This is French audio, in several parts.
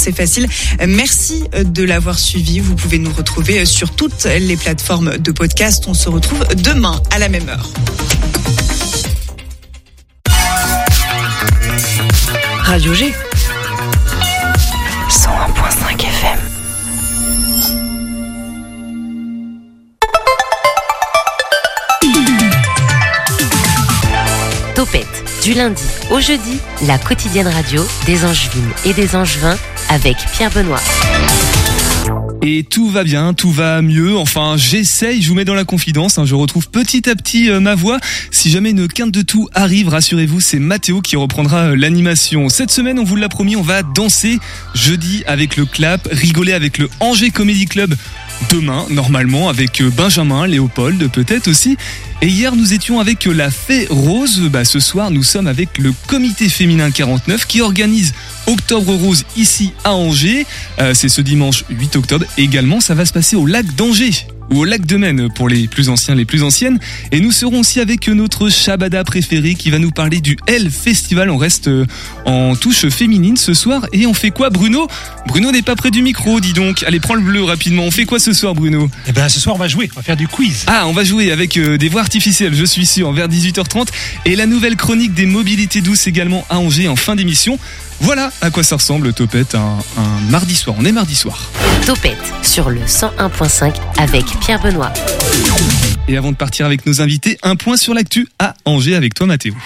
c'est facile. Merci de l'avoir suivi. Vous pouvez nous retrouver sur toutes les plateformes de podcast. On se retrouve demain à la même heure. Radio G 101.5 FM. Topette, du lundi au jeudi, la quotidienne radio des Angevines et des Angevins avec Pierre Benoît. Et tout va bien, tout va mieux, enfin j'essaye, je vous mets dans la confidence, je retrouve petit à petit ma voix. Si jamais une quinte de tout arrive, rassurez-vous, c'est Mathéo qui reprendra l'animation. Cette semaine, on vous l'a promis, on va danser jeudi avec le clap, rigoler avec le Angers Comedy Club demain, normalement, avec Benjamin, Léopold peut-être aussi. Et hier, nous étions avec la Fée Rose. Ce soir, nous sommes avec le Comité Féminin 49 qui organise Octobre Rose ici à Angers. C'est ce dimanche 8 octobre. Et également, ça va se passer au lac d'Angers ou au lac de Maine pour les plus anciens, les plus anciennes. Et nous serons aussi avec notre Shabada préféré qui va nous parler du L Festival. On reste en touche féminine ce soir. Et on fait quoi, Bruno ? Bruno n'est pas près du micro, dis donc. Allez, prends le bleu rapidement. On fait quoi ce soir, Bruno ? Eh ben, ce soir, on va jouer. On va faire du quiz. Ah, on va jouer avec des voix artificielles, je suis sûr, vers 18h30. Et la nouvelle chronique des mobilités douces également à Angers en fin d'émission. Voilà à quoi ça ressemble, Topette, un mardi soir. On est mardi soir. Topette sur le 101.5 avec Pierre Benoît. Et avant de partir avec nos invités, un point sur l'actu à Angers avec toi, Mathéo.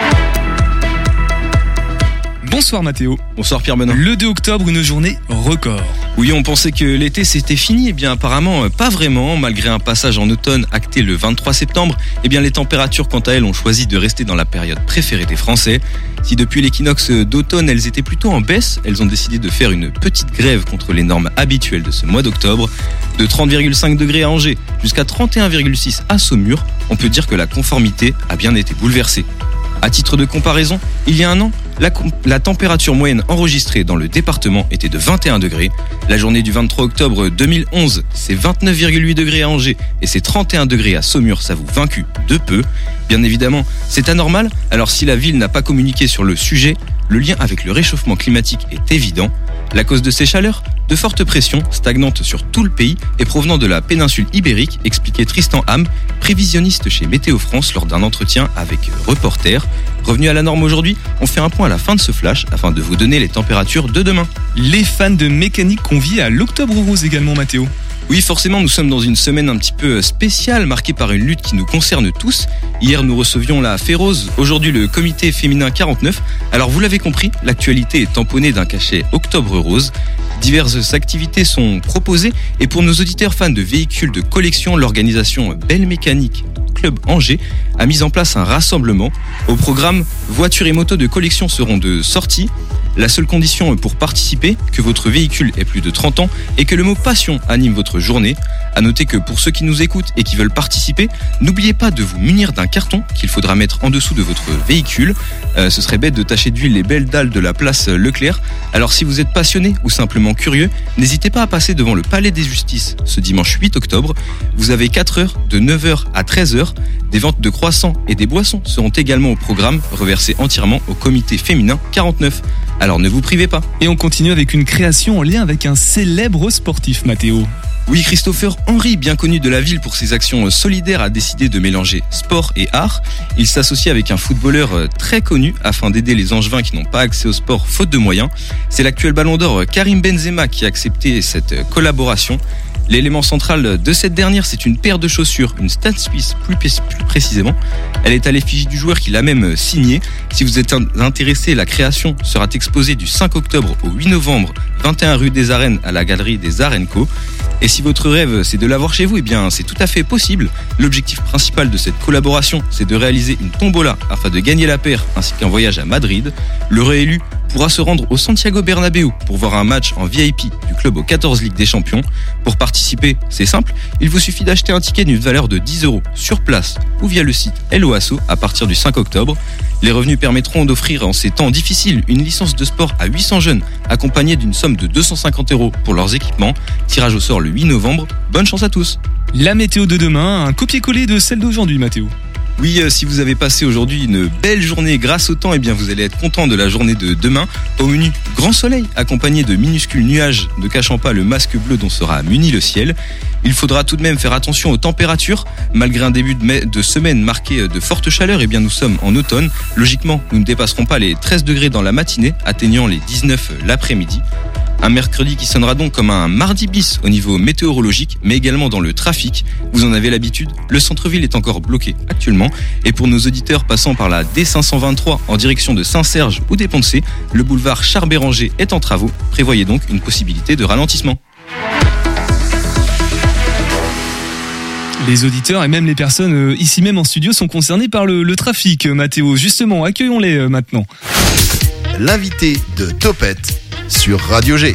Bonsoir Mathéo. Bonsoir Pierre Benoît. Le 2 octobre, une journée record. Oui, on pensait que l'été c'était fini, eh bien apparemment pas vraiment. Malgré un passage en automne acté le 23 septembre, eh bien les températures quant à elles ont choisi de rester dans la période préférée des Français. Si depuis l'équinoxe d'automne elles étaient plutôt en baisse, elles ont décidé de faire une petite grève contre les normes habituelles de ce mois d'octobre. De 30,5 degrés à Angers jusqu'à 31,6 à Saumur, on peut dire que la conformité a bien été bouleversée. À titre de comparaison, il y a un an, la température moyenne enregistrée dans le département était de 21 degrés. La journée du 23 octobre 2011, c'est 29,8 degrés à Angers et c'est 31 degrés à Saumur, ça vous vaincu de peu. Bien évidemment, c'est anormal, alors si la ville n'a pas communiqué sur le sujet, le lien avec le réchauffement climatique est évident. La cause de ces chaleurs, de fortes pressions stagnantes sur tout le pays et provenant de la péninsule ibérique, expliquait Tristan Ham, prévisionniste chez Météo France lors d'un entretien avec Reporter. Revenu à la norme aujourd'hui, on fait un point à la fin de ce flash afin de vous donner les températures de demain. Les fans de mécanique conviés à l'Octobre Rose également, Mathéo. Oui, forcément, nous sommes dans une semaine un petit peu spéciale, marquée par une lutte qui nous concerne tous. Hier, nous recevions la Fée Rose, aujourd'hui le Comité Féminin 49. Alors, vous l'avez compris, l'actualité est tamponnée d'un cachet Octobre Rose. Diverses activités sont proposées et pour nos auditeurs fans de véhicules de collection, l'organisation Belle Mécanique Club Angers a mis en place un rassemblement. Au programme, voitures et motos de collection seront de sortie. La seule condition pour participer, que votre véhicule ait plus de 30 ans et que le mot passion anime votre journée. À noter que pour ceux qui nous écoutent et qui veulent participer, n'oubliez pas de vous munir d'un carton qu'il faudra mettre en dessous de votre véhicule. Ce serait bête de tacher d'huile les belles dalles de la place Leclerc. Alors si vous êtes passionné ou simplement curieux, n'hésitez pas à passer devant le Palais des Justices ce dimanche 8 octobre. Vous avez 4 heures de 9h à 13h. Des ventes de croissants et des boissons seront également au programme, reversées entièrement au Comité Féminin 49. Alors ne vous privez pas. Et on continue avec une création en lien avec un célèbre sportif, Mathéo. Oui, Christopher Henry, bien connu de la ville pour ses actions solidaires, a décidé de mélanger sport et art. Il s'associe avec un footballeur très connu afin d'aider les Angevins qui n'ont pas accès au sport faute de moyens. C'est l'actuel ballon d'or Karim Benzema qui a accepté cette collaboration. L'élément central de cette dernière, c'est une paire de chaussures, une Stan Smith plus précisément. Elle est à l'effigie du joueur qui l'a même signée. Si vous êtes intéressé, la création sera exposée du 5 octobre au 8 novembre, 21 rue des Arènes à la galerie des Arènes Co. Et si votre rêve c'est de l'avoir chez vous, eh bien c'est tout à fait possible. L'objectif principal de cette collaboration, c'est de réaliser une tombola afin de gagner la paire ainsi qu'un voyage à Madrid. Le réélu pourra se rendre au Santiago Bernabéu pour voir un match en VIP du club aux 14 Ligues des Champions. Pour participer, c'est simple, il vous suffit d'acheter un ticket d'une valeur de 10 € sur place ou via le site Helloasso à partir du 5 octobre. Les revenus permettront d'offrir en ces temps difficiles une licence de sport à 800 jeunes accompagnée d'une somme de 250 € pour leurs équipements. Tirage au sort le 8 novembre. Bonne chance à tous. La météo de demain, un copier-coller de celle d'aujourd'hui, Mathéo. Oui, si vous avez passé aujourd'hui une belle journée grâce au temps, eh bien vous allez être content de la journée de demain. Au menu, grand soleil accompagné de minuscules nuages ne cachant pas le masque bleu dont sera muni le ciel. Il faudra tout de même faire attention aux températures. Malgré un début de semaine marqué de forte chaleur, eh bien nous sommes en automne. Logiquement, nous ne dépasserons pas les 13 degrés dans la matinée, atteignant les 19 l'après-midi. Un mercredi qui sonnera donc comme un mardi bis au niveau météorologique, mais également dans le trafic. Vous en avez l'habitude, le centre-ville est encore bloqué actuellement. Et pour nos auditeurs passant par la D523 en direction de Saint-Serge ou des Ponts-de-Cé, le boulevard Charles-Béranger est en travaux. Prévoyez donc une possibilité de ralentissement. Les auditeurs et même les personnes ici même en studio sont concernés par le trafic, Mathéo. Justement, accueillons-les maintenant. L'invité de Topette sur Radio G.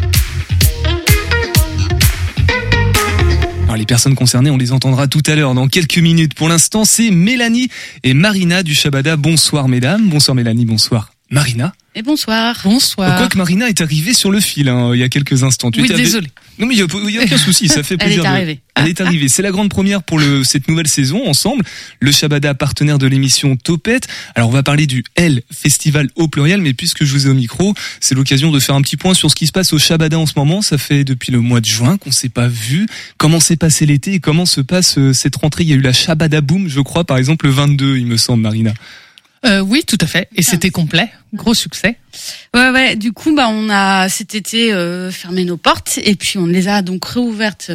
Alors les personnes concernées, on les entendra tout à l'heure, dans quelques minutes. Pour l'instant, c'est Mélanie et Marina du Shabada. Bonsoir mesdames, bonsoir Mélanie, bonsoir Marina. Et bonsoir. Bonsoir. Quoique Marina est arrivée sur le fil il y a quelques instants. Désolé. Non mais il y a aucun souci, ça fait plaisir. Elle est arrivée. C'est la grande première pour cette nouvelle saison ensemble. Le Shabada, partenaire de l'émission Topette. Alors on va parler du L Festival au pluriel, mais puisque je vous ai au micro, c'est l'occasion de faire un petit point sur ce qui se passe au Shabada en ce moment. Ça fait depuis le mois de juin qu'on s'est pas vu. Comment s'est passé l'été et comment se passe cette rentrée? Il y a eu la Shabada Boom, je crois, par exemple le 22, il me semble, Marina. Oui, tout à fait. Et c'était complet. Gros succès. Ouais. Du coup, on a cet été fermé nos portes et puis on les a donc réouvertes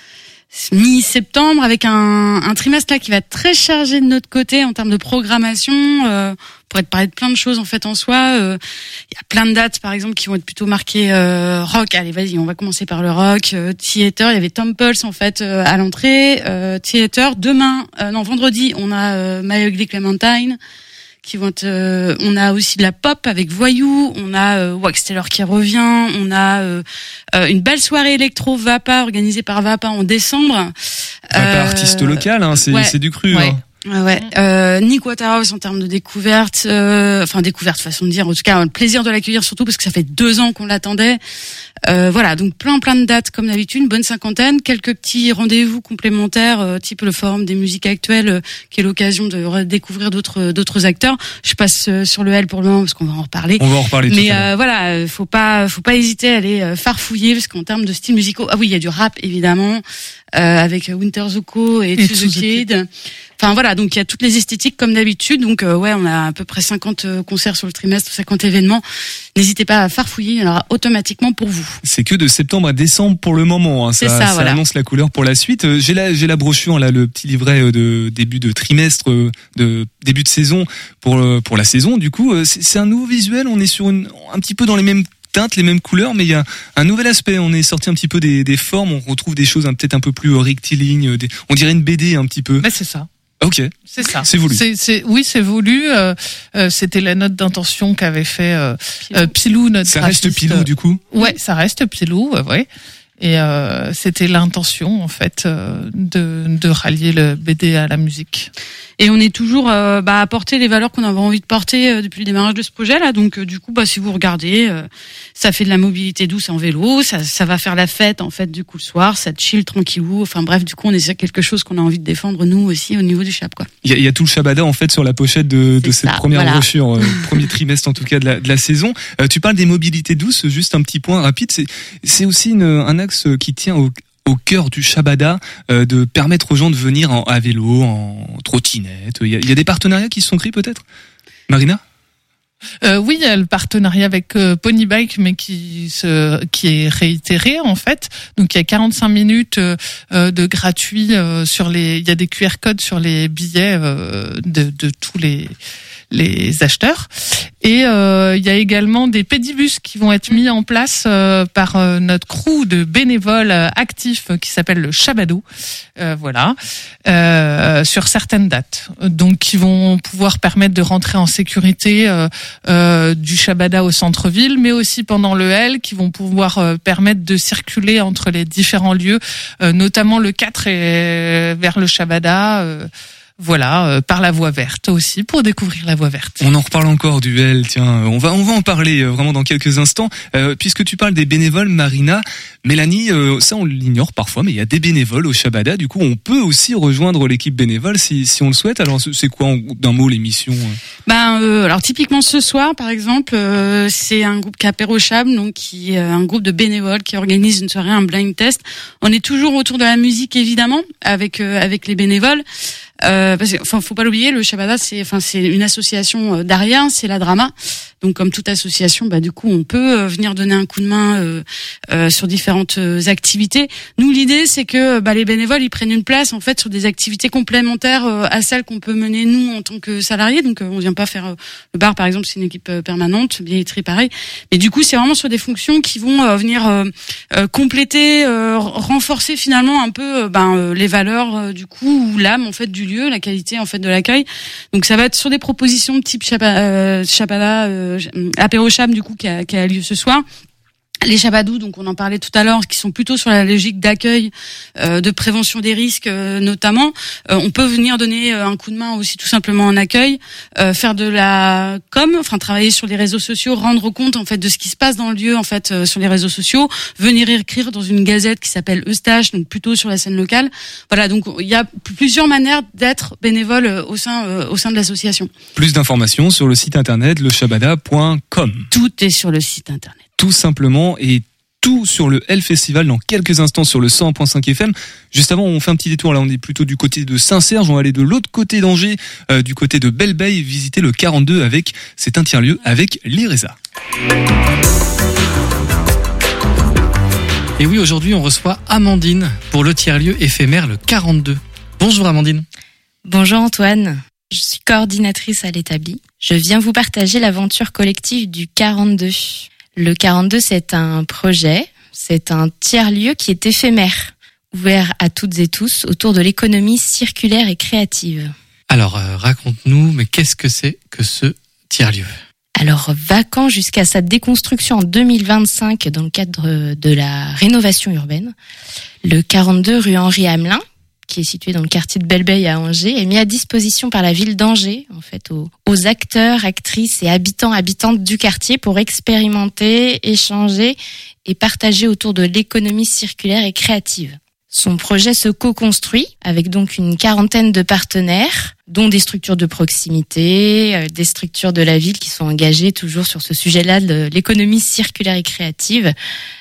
mi-septembre avec un trimestre là qui va être très chargé de notre côté en termes de programmation. Pour parler de plein de choses en fait en soi. Il y a plein de dates par exemple qui vont être plutôt marquées rock. Allez, vas-y, on va commencer par le rock. Theater, il y avait Tom Pulse en fait à l'entrée. Theater. Vendredi, on a My Ugly Clementine. Qui vont être, on a aussi de la pop avec Voyou, on a Wax Taylor qui revient, on a une belle soirée électro Vapa organisée par Vapa en décembre. Vapa artiste local, c'est du cru. Ouais. Nick Waterhouse en termes de découverte, découverte façon de dire, en tout cas le plaisir de l'accueillir surtout parce que ça fait 2 ans qu'on l'attendait. Donc plein de dates comme d'habitude, une bonne cinquantaine, quelques petits rendez-vous complémentaires, type le forum des musiques actuelles, qui est l'occasion de redécouvrir d'autres acteurs. Je passe sur le L pour le moment parce qu'on va en reparler. On va en reparler. Mais faut pas hésiter à aller farfouiller parce qu'en termes de styles musicaux, il y a du rap évidemment, avec Winter Zuko et To The Kid. Donc il y a toutes les esthétiques comme d'habitude. Donc on a à peu près 50 concerts sur le trimestre, 50 événements. N'hésitez pas à farfouiller, il y en aura automatiquement pour vous. C'est que de septembre à décembre pour le moment. Ça annonce la couleur pour la suite. J'ai la brochure là, le petit livret de début de trimestre, de début de saison pour la saison. Du coup, c'est un nouveau visuel. On est sur un petit peu dans les mêmes teintes, les mêmes couleurs, mais il y a un nouvel aspect. On est sorti un petit peu des formes. On retrouve des choses peut-être un peu plus rectilignes. On dirait une BD un petit peu. Mais c'est ça. Ok. C'est ça. C'est voulu. Oui, c'est voulu. C'était la note d'intention qu'avait fait Pilou, notre Ça graphiste. reste Pilou, du coup? Ouais, ça reste Pilou, ouais. Et c'était l'intention en fait de rallier le BD à la musique. Et on est toujours à porter les valeurs qu'on avait envie de porter depuis le démarrage de ce projet là. Donc du coup, si vous regardez, ça fait de la mobilité douce en vélo, ça va faire la fête en fait du coup le soir, ça chill tranquillou. Enfin bref, du coup on est sur quelque chose qu'on a envie de défendre nous aussi au niveau du Chab quoi. Il y a tout le Shabada en fait sur la pochette de cette première brochure, premier trimestre en tout cas de la saison. Tu parles des mobilités douces, juste un petit point rapide. C'est aussi un axe qui tient au cœur du Shabada, de permettre aux gens de venir à vélo, en trottinette. Il y a des partenariats qui se sont créés peut-être, Marina? Oui, il y a le partenariat avec Pony Bike, mais qui est réitéré en fait. Donc il y a 45 minutes de gratuit il y a des QR codes sur les billets de tous les acheteurs. Et il y a également des pédibus qui vont être mis en place par notre crew de bénévoles actifs qui s'appelle le Shabado. Sur certaines dates. Donc qui vont pouvoir permettre de rentrer en sécurité du Shabada au centre-ville, mais aussi pendant le L, qui vont pouvoir permettre de circuler entre les différents lieux, notamment le 4 et vers le Shabada. Voilà, par la voie verte aussi, pour découvrir la voie verte. On en reparle encore du L, tiens, on va en parler vraiment dans quelques instants. Puisque tu parles des bénévoles, Marina, Mélanie, ça on l'ignore parfois, mais il y a des bénévoles au Shabada. Du coup, on peut aussi rejoindre l'équipe bénévole si on le souhaite. Alors, c'est quoi d'un mot l'émission? Alors typiquement ce soir, par exemple, c'est un groupe Apéro Chab, donc qui est un groupe de bénévoles qui organise une soirée, un blind test. On est toujours autour de la musique évidemment, avec les bénévoles. Parce que, faut pas l'oublier, le Shabada, c'est une association d'Ariens, c'est la drama. Donc, comme toute association, du coup, on peut venir donner un coup de main sur différentes activités. Nous, l'idée, c'est que les bénévoles, ils prennent une place en fait sur des activités complémentaires à celles qu'on peut mener nous en tant que salariés. Donc, on vient pas faire le bar, par exemple, c'est une équipe permanente, billetterie, pareil. Mais du coup, c'est vraiment sur des fonctions qui vont venir compléter, renforcer finalement un peu les valeurs du coup ou l'âme en fait du lieu, la qualité en fait de l'accueil. Donc ça va être sur des propositions de type Shabada, Apéro Chab du coup qui a lieu ce soir. Les Shabadou, donc on en parlait tout à l'heure, qui sont plutôt sur la logique d'accueil, de prévention des risques notamment. On peut venir donner un coup de main aussi tout simplement en accueil, faire de la travailler sur les réseaux sociaux, rendre compte en fait de ce qui se passe dans le lieu en fait sur les réseaux sociaux, venir écrire dans une gazette qui s'appelle Eustache, donc plutôt sur la scène locale. Voilà, donc il y a plusieurs manières d'être bénévole au sein de l'association. Plus d'informations sur le site internet leshabada.com. Tout est sur le site internet. Tout simplement, et tout sur le L Festival dans quelques instants sur le 100.5 FM. Juste avant, on fait un petit détour. Là, on est plutôt du côté de Saint-Serge. On va aller de l'autre côté d'Angers, du côté de Belle-Baye, visiter le 42 avec, c'est un tiers-lieu avec l'IRESA. Et oui, aujourd'hui, on reçoit Amandine pour le tiers-lieu éphémère, le 42. Bonjour Amandine. Bonjour Antoine. Je suis coordinatrice à l'établi. Je viens vous partager l'aventure collective du 42. Le 42, c'est un projet, c'est un tiers-lieu qui est éphémère, ouvert à toutes et tous autour de l'économie circulaire et créative. Alors, raconte-nous, mais qu'est-ce que c'est que ce tiers-lieu ? Alors, vacant jusqu'à sa déconstruction en 2025 dans le cadre de la rénovation urbaine, le 42 rue Henri Hamelin, qui est situé dans le quartier de Belle-Baye à Angers, est mis à disposition par la ville d'Angers, en fait, aux acteurs, actrices et habitantes du quartier pour expérimenter, échanger et partager autour de l'économie circulaire et créative. Son projet se co-construit avec donc une quarantaine de partenaires, dont des structures de proximité, des structures de la ville qui sont engagées toujours sur ce sujet-là de l'économie circulaire et créative,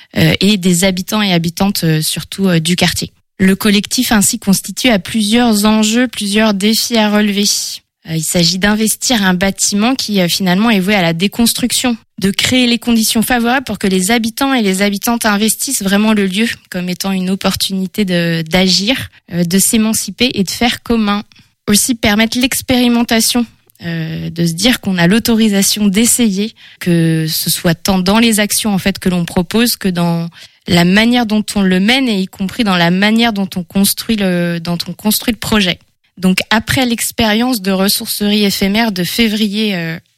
et des habitants et habitantes surtout du quartier. Le collectif ainsi constitué a plusieurs enjeux, plusieurs défis à relever. Il s'agit d'investir un bâtiment qui finalement est voué à la déconstruction, de créer les conditions favorables pour que les habitants et les habitantes investissent vraiment le lieu comme étant une opportunité d'agir, de s'émanciper et de faire commun. Aussi permettre l'expérimentation, de se dire qu'on a l'autorisation d'essayer, que ce soit tant dans les actions en fait que l'on propose que dans la manière dont on le mène et y compris dans la manière dont on construit le projet. Donc après l'expérience de ressourcerie éphémère de février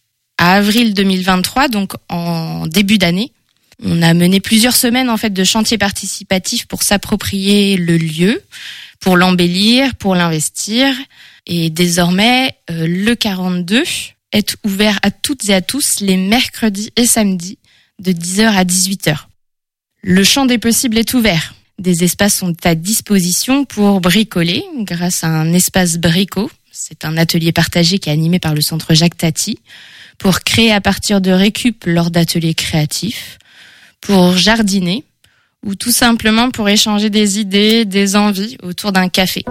à avril 2023, donc en début d'année, on a mené plusieurs semaines en fait de chantier participatif pour s'approprier le lieu, pour l'embellir, pour l'investir. Et désormais, le 42 est ouvert à toutes et à tous les mercredis et samedis de 10h à 18h. Le champ des possibles est ouvert. Des espaces sont à disposition pour bricoler grâce à un espace brico. C'est un atelier partagé qui est animé par le centre Jacques Tati pour créer à partir de récup lors d'ateliers créatifs, pour jardiner ou tout simplement pour échanger des idées, des envies autour d'un café.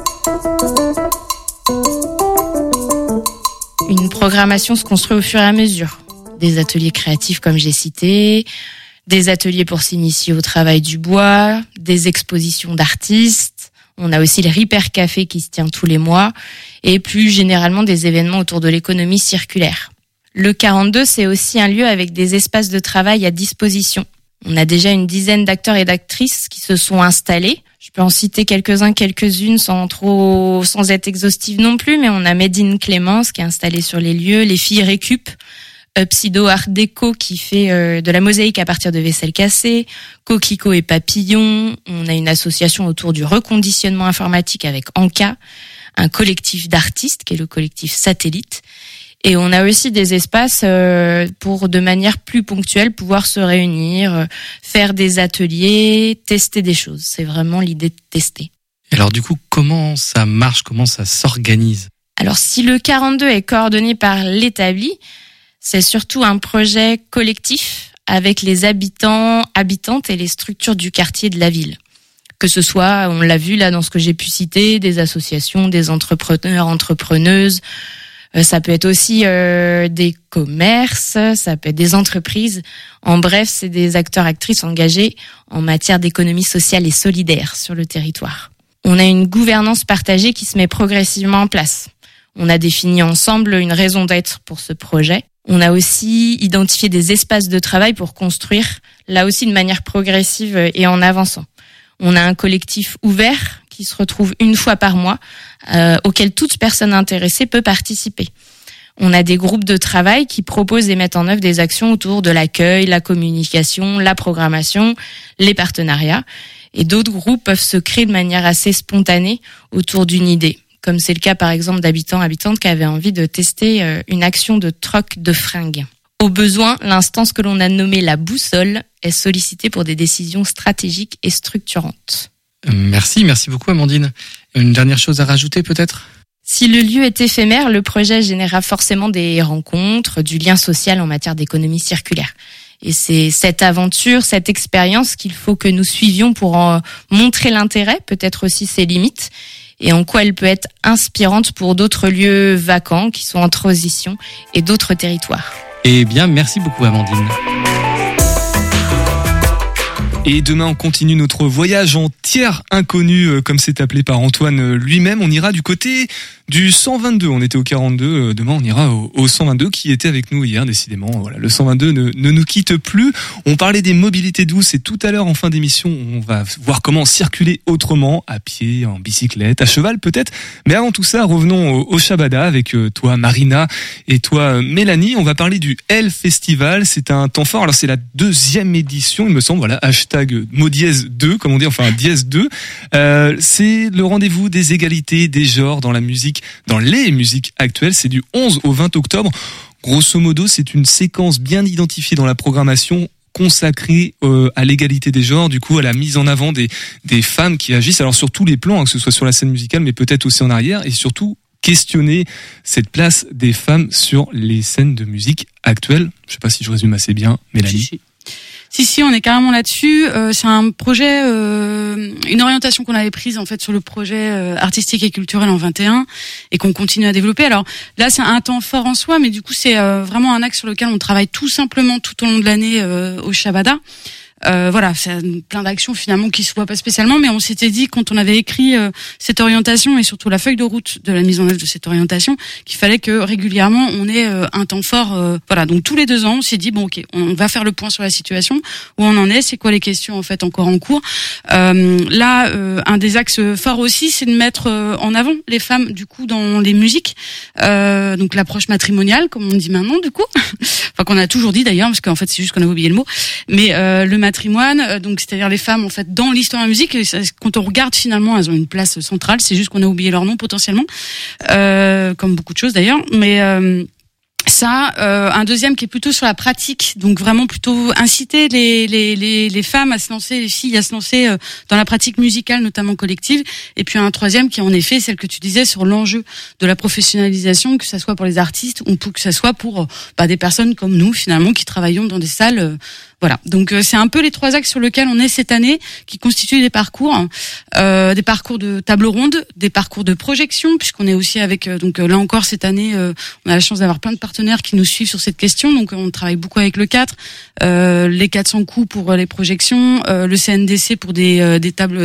Une programmation se construit au fur et à mesure. Des ateliers créatifs comme j'ai cité, des ateliers pour s'initier au travail du bois, des expositions d'artistes. On a aussi le Ripper Café qui se tient tous les mois et plus généralement des événements autour de l'économie circulaire. Le 42, c'est aussi un lieu avec des espaces de travail à disposition. On a déjà une dizaine d'acteurs et d'actrices qui se sont installés. Je peux en citer quelques-unes sans être exhaustive non plus, mais on a Made in Clémence qui est installé sur les lieux, les filles Récup, Pseudo Art Déco qui fait de la mosaïque à partir de vaisselle cassée, Coquelicot et Papillon. On a une association autour du reconditionnement informatique avec Anka, un collectif d'artistes qui est le collectif Satellite. Et on a aussi des espaces pour, de manière plus ponctuelle, pouvoir se réunir, faire des ateliers, tester des choses. C'est vraiment l'idée de tester. Et alors du coup, comment ça marche, comment ça s'organise ? Alors si le 42 est coordonné par l'établi, c'est surtout un projet collectif avec les habitants, habitantes et les structures du quartier de la ville. Que ce soit, on l'a vu là dans ce que j'ai pu citer, des associations, des entrepreneurs, entrepreneuses. Ça peut être aussi des commerces, ça peut être des entreprises. En bref, c'est des acteurs, actrices engagés en matière d'économie sociale et solidaire sur le territoire. On a une gouvernance partagée qui se met progressivement en place. On a défini ensemble une raison d'être pour ce projet. On a aussi identifié des espaces de travail pour construire, là aussi de manière progressive et en avançant. On a un collectif ouvert qui se retrouve une fois par mois, auquel toute personne intéressée peut participer. On a des groupes de travail qui proposent et mettent en œuvre des actions autour de l'accueil, la communication, la programmation, les partenariats. Et d'autres groupes peuvent se créer de manière assez spontanée autour d'une idée. Comme c'est le cas par exemple d'habitants, habitantes qui avaient envie de tester une action de troc de fringues. Au besoin, l'instance que l'on a nommée la boussole est sollicitée pour des décisions stratégiques et structurantes. Merci beaucoup Amandine. Une dernière chose à rajouter peut-être ? Si le lieu est éphémère, le projet générera forcément des rencontres, du lien social en matière d'économie circulaire. Et c'est cette aventure, cette expérience qu'il faut que nous suivions pour en montrer l'intérêt, peut-être aussi ses limites, et en quoi elle peut être inspirante pour d'autres lieux vacants qui sont en transition et d'autres territoires. Eh bien, merci beaucoup Amandine. Et demain, on continue notre voyage en terre inconnue, comme c'est appelé par Antoine lui-même. On ira du côté du 122. On était au 42. Demain, on ira au 122 qui était avec nous hier, décidément. Voilà, le 122 ne nous quitte plus. On parlait des mobilités douces et tout à l'heure, en fin d'émission, on va voir comment circuler autrement, à pied, en bicyclette, à cheval peut-être. Mais avant tout ça, revenons au Shabada avec toi, Marina, et toi, Mélanie. On va parler du L Festival. C'est un temps fort. Alors, c'est la 2e édition, il me semble. Voilà, mot dièse 2, comme on dit, enfin dièse 2. C'est le rendez-vous des égalités des genres dans la musique, dans les musiques actuelles. C'est du 11 au 20 octobre. Grosso modo, c'est une séquence bien identifiée dans la programmation consacrée à l'égalité des genres, du coup à la mise en avant des femmes qui agissent, alors sur tous les plans, hein, que ce soit sur la scène musicale, mais peut-être aussi en arrière, et surtout questionner cette place des femmes sur les scènes de musique actuelles. Je sais pas si je résume assez bien, Mélanie. Si, on est carrément là-dessus. C'est un projet, une orientation qu'on avait prise en fait sur le projet artistique et culturel en 21 et qu'on continue à développer. Alors là, c'est un temps fort en soi, mais du coup, c'est vraiment un axe sur lequel on travaille tout simplement tout au long de l'année au Shabada. Voilà, c'est plein d'actions finalement qui se voient pas spécialement, mais on s'était dit quand on avait écrit cette orientation et surtout la feuille de route de la mise en œuvre de cette orientation qu'il fallait que régulièrement on ait un temps fort. Voilà, donc tous les 2 ans on s'est dit bon ok, on va faire le point sur la situation, où on en est, c'est quoi les questions en fait encore en cours. Là, un des axes forts aussi, c'est de mettre en avant les femmes du coup dans les musiques, donc l'approche matrimoniale comme on dit maintenant du coup, enfin qu'on a toujours dit d'ailleurs parce qu'en fait c'est juste qu'on a oublié le mot, mais le matrimoine, donc c'est-à-dire les femmes en fait dans l'histoire de la musique. Quand on regarde finalement, elles ont une place centrale. C'est juste qu'on a oublié leur nom potentiellement, comme beaucoup de choses d'ailleurs. Mais ça, un deuxième qui est plutôt sur la pratique, donc vraiment plutôt inciter les femmes à se lancer, les filles à se lancer dans la pratique musicale, notamment collective. Et puis un troisième qui est en effet celle que tu disais sur l'enjeu de la professionnalisation, que ça soit pour les artistes ou que ça soit pour des personnes comme nous finalement qui travaillons dans des salles. Voilà, donc c'est un peu les 3 axes sur lesquels on est cette année, qui constituent des parcours de table ronde, des parcours de projection, puisqu'on est aussi avec donc là encore cette année, on a la chance d'avoir plein de partenaires qui nous suivent sur cette question. Donc on travaille beaucoup avec le 4, les 400 coups pour les projections, le CNDC pour des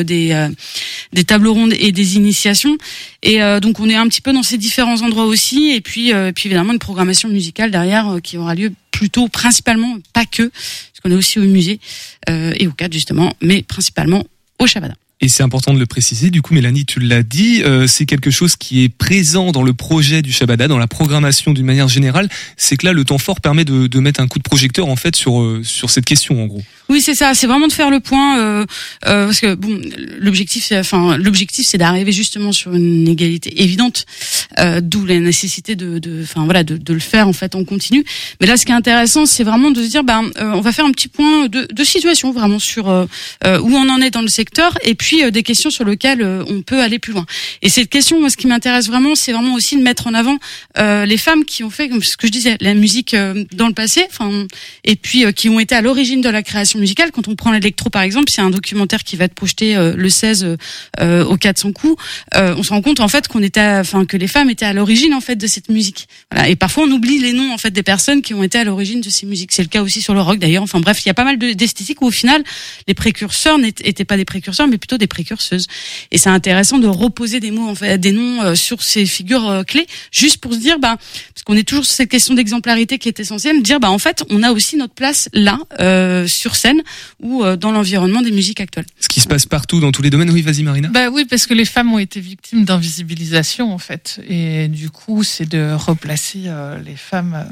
tables rondes et des initiations. Et donc on est un petit peu dans ces différents endroits aussi, et puis évidemment une programmation musicale derrière qui aura lieu plutôt principalement, pas que, parce qu'on est aussi au musée et au 4 justement, mais principalement au Shabada. Et c'est important de le préciser, du coup Mélanie, tu l'as dit, c'est quelque chose qui est présent dans le projet du Shabada, dans la programmation d'une manière générale, c'est que là le temps fort permet de mettre un coup de projecteur en fait sur cette question en gros. Oui, c'est ça, c'est vraiment de faire le point parce que bon, l'objectif c'est d'arriver justement sur une égalité évidente, d'où la nécessité de le faire en fait en continu. Mais là ce qui est intéressant, c'est vraiment de se dire on va faire un petit point de situation vraiment sur où on en est dans le secteur et puis des questions sur lesquelles on peut aller plus loin. Et cette question, moi, ce qui m'intéresse vraiment, c'est vraiment aussi de mettre en avant les femmes qui ont fait, comme ce que je disais, la musique dans le passé, et puis qui ont été à l'origine de la création musicale. Quand on prend l'électro, par exemple, c'est un documentaire qui va être projeté le 16 au 400 coups. On se rend compte en fait que les femmes étaient à l'origine en fait de cette musique. Voilà. Et parfois on oublie les noms en fait des personnes qui ont été à l'origine de ces musiques. C'est le cas aussi sur le rock d'ailleurs. Enfin bref, il y a pas mal d'esthétiques où au final les précurseurs n'étaient pas des précurseurs, mais plutôt des précurseuses. Et c'est intéressant de reposer des mots, en fait, des noms sur ces figures clés, juste pour se dire, parce qu'on est toujours sur cette question d'exemplarité qui est essentielle, dire, en fait, on a aussi notre place là, sur scène ou dans l'environnement des musiques actuelles. Ce qui se passe partout dans tous les domaines. Oui, vas-y Marina. Oui, parce que les femmes ont été victimes d'invisibilisation en fait, et du coup, c'est de replacer les femmes,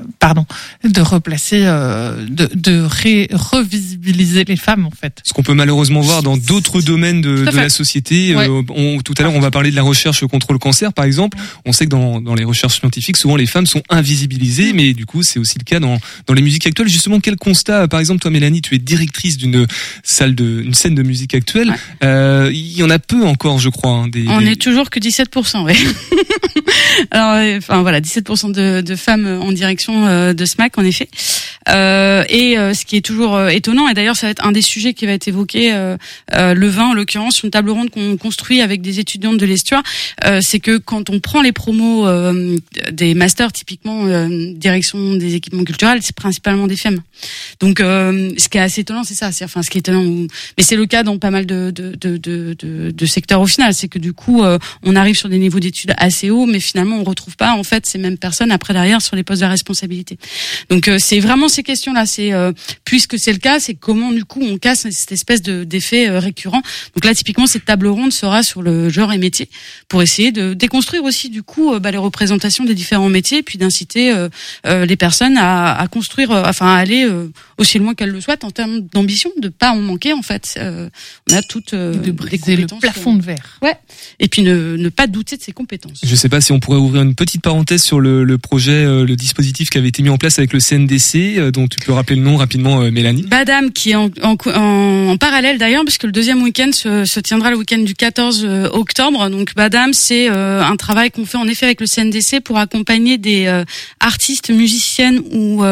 revisibiliser les femmes en fait. Ce qu'on peut malheureusement voir dans d'autres domaines de la société. Ouais. Tout à l'heure, on va parler de la recherche contre le cancer, par exemple. On sait que dans les recherches scientifiques, souvent les femmes sont invisibilisées, mais du coup, c'est aussi le cas dans les musiques actuelles. Justement, quel constat, par exemple, toi, Mélanie, tu es directrice d'une scène de musique actuelle. Ouais. Il y en a peu encore, je crois. On est toujours que 17%, oui. Alors, 17% de femmes en direction de SMAC, en effet. Ce qui est toujours étonnant, et d'ailleurs, ça va être un des sujets qui va être évoqué le 20, en l'occurrence, une table ronde qu'on construit avec des étudiantes de l'Estua, c'est que quand on prend les promos des masters, typiquement direction des équipements culturels, c'est principalement des femmes. Donc, ce qui est assez étonnant, c'est ça. Ce qui est étonnant, mais c'est le cas dans pas mal de secteurs au final, c'est que du coup, on arrive sur des niveaux d'études assez hauts, mais finalement, on retrouve pas en fait ces mêmes personnes après derrière sur les postes de responsabilité. Donc, c'est vraiment ces questions-là. C'est puisque c'est le cas, c'est comment du coup on casse cette espèce d'effet récurrent. Donc là, typiquement, cette table ronde sera sur le genre et métier pour essayer de déconstruire aussi du coup les représentations des différents métiers, puis d'inciter les personnes à construire, à aller aussi loin qu'elles le souhaitent en termes d'ambition, de pas en manquer en fait. On a toutes de briser le plafond de verre. Ouais. Et puis ne pas douter de ses compétences. Je sais pas si on pourrait ouvrir une petite parenthèse sur le projet, le dispositif qui avait été mis en place avec le CNDC, dont tu peux rappeler le nom rapidement, Mélanie. Badam, qui est en parallèle d'ailleurs, puisque le deuxième week-end se tiendra le week-end du 14 octobre. Donc Badam, c'est un travail qu'on fait en effet avec le CNDC pour accompagner des artistes, musiciennes ou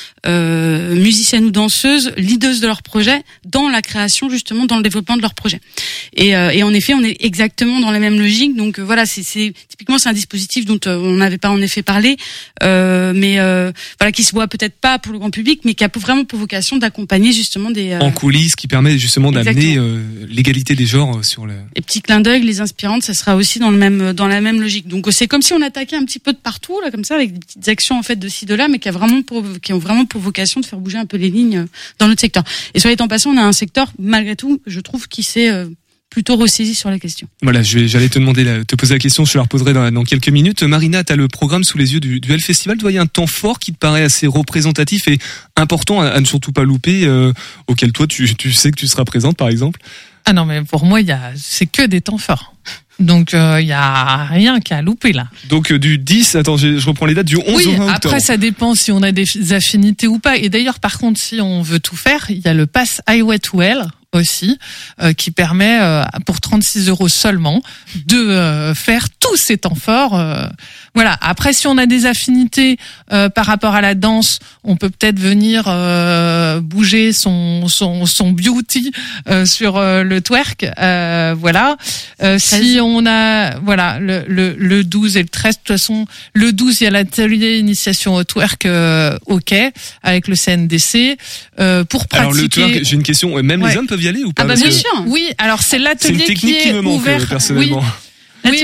danseuses, leaders de leur projet, dans la création justement, dans le développement de leur projet. Et en effet, on est exactement dans la même logique. Donc voilà, typiquement c'est un dispositif dont on n'avait pas en effet parlé, mais qui se voit peut-être pas pour le grand public, mais qui a vraiment pour vocation d'accompagner justement des en coulisses, qui permet justement d'amener l'égalité des genres sur le. Les petits clins d'œil, les inspirantes, ça sera aussi dans la même logique. Donc c'est comme si on attaquait un petit peu de partout là, comme ça, avec des petites actions en fait de ci de là, mais qui ont vraiment pour vocation de faire bouger un peu les lignes dans notre secteur. Et soit étant passé, on a un secteur malgré tout, je trouve, qui s'est plutôt ressaisi sur la question. Voilà, j'allais te poser la question, je te la reposerai dans quelques minutes. Marina, tu as le programme sous les yeux du Hell Festival. Tu vois, il y a un temps fort qui te paraît assez représentatif et important à ne surtout pas louper, auquel toi tu sais que tu seras présente par exemple. Ah non, mais pour moi, c'est que des temps forts. Donc il y a rien qu'à louper là. Donc du 10, attends, je reprends les dates, du 11 au 20 octobre. Après ça dépend si on a des affinités ou pas. Et d'ailleurs par contre, si on veut tout faire, il y a le pass Highway to Hell aussi, qui permet pour 36 € seulement de faire tous ces temps forts. Voilà. Après, si on a des affinités par rapport à la danse, on peut peut-être venir bouger son beauty sur le twerk. Voilà. Si on a le 12 et le 13, de toute façon, le 12 il y a l'atelier initiation au twerk au quai avec le CNDC pour pratiquer. Alors le twerk, j'ai une question, même les hommes peuvent y aller ou pas? Ah bah bien sûr. Oui, alors c'est l'atelier qui est me manque, ouvert personnellement. Oui.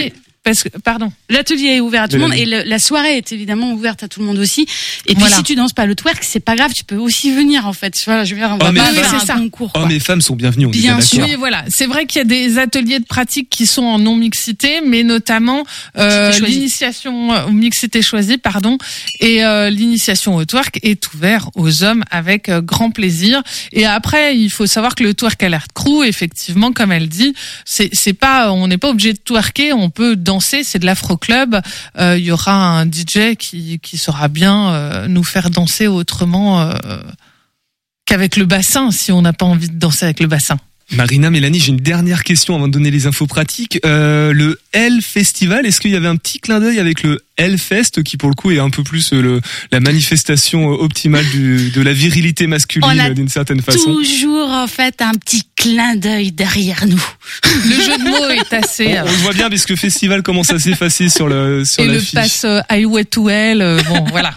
parce que, pardon. L'atelier est ouvert à tout le monde et la soirée est évidemment ouverte à tout le monde aussi. Et puis si tu danses pas le twerk, c'est pas grave, tu peux aussi venir en fait. Voilà, je veux dire, on va pas faire un concours. Hommes et femmes sont bienvenus. Bien sûr. Oui, voilà. C'est vrai qu'il y a des ateliers de pratique qui sont en non mixité, mais notamment l'initiation aux mixité choisie, et l'initiation au twerk est ouvert aux hommes avec grand plaisir. Et après, il faut savoir que le twerk alert crew, effectivement, comme elle dit, c'est pas, on n'est pas obligé de twerker, on peut danser, c'est de l'afro club. Il y aura un DJ qui saura bien nous faire danser autrement qu'avec le bassin, si on n'a pas envie de danser avec le bassin. Marina, Mélanie, j'ai une dernière question avant de donner les infos pratiques. Le Hell Festival, est-ce qu'il y avait un petit clin d'œil avec le Hellfest, qui pour le coup est un peu plus la manifestation optimale de la virilité masculine d'une certaine façon? Toujours en fait un petit clin d'œil derrière nous. Le jeu de mots est assez... On le voit bien puisque festival commence à s'effacer sur l'affiche. Et le pass Highway to Hell, bon voilà.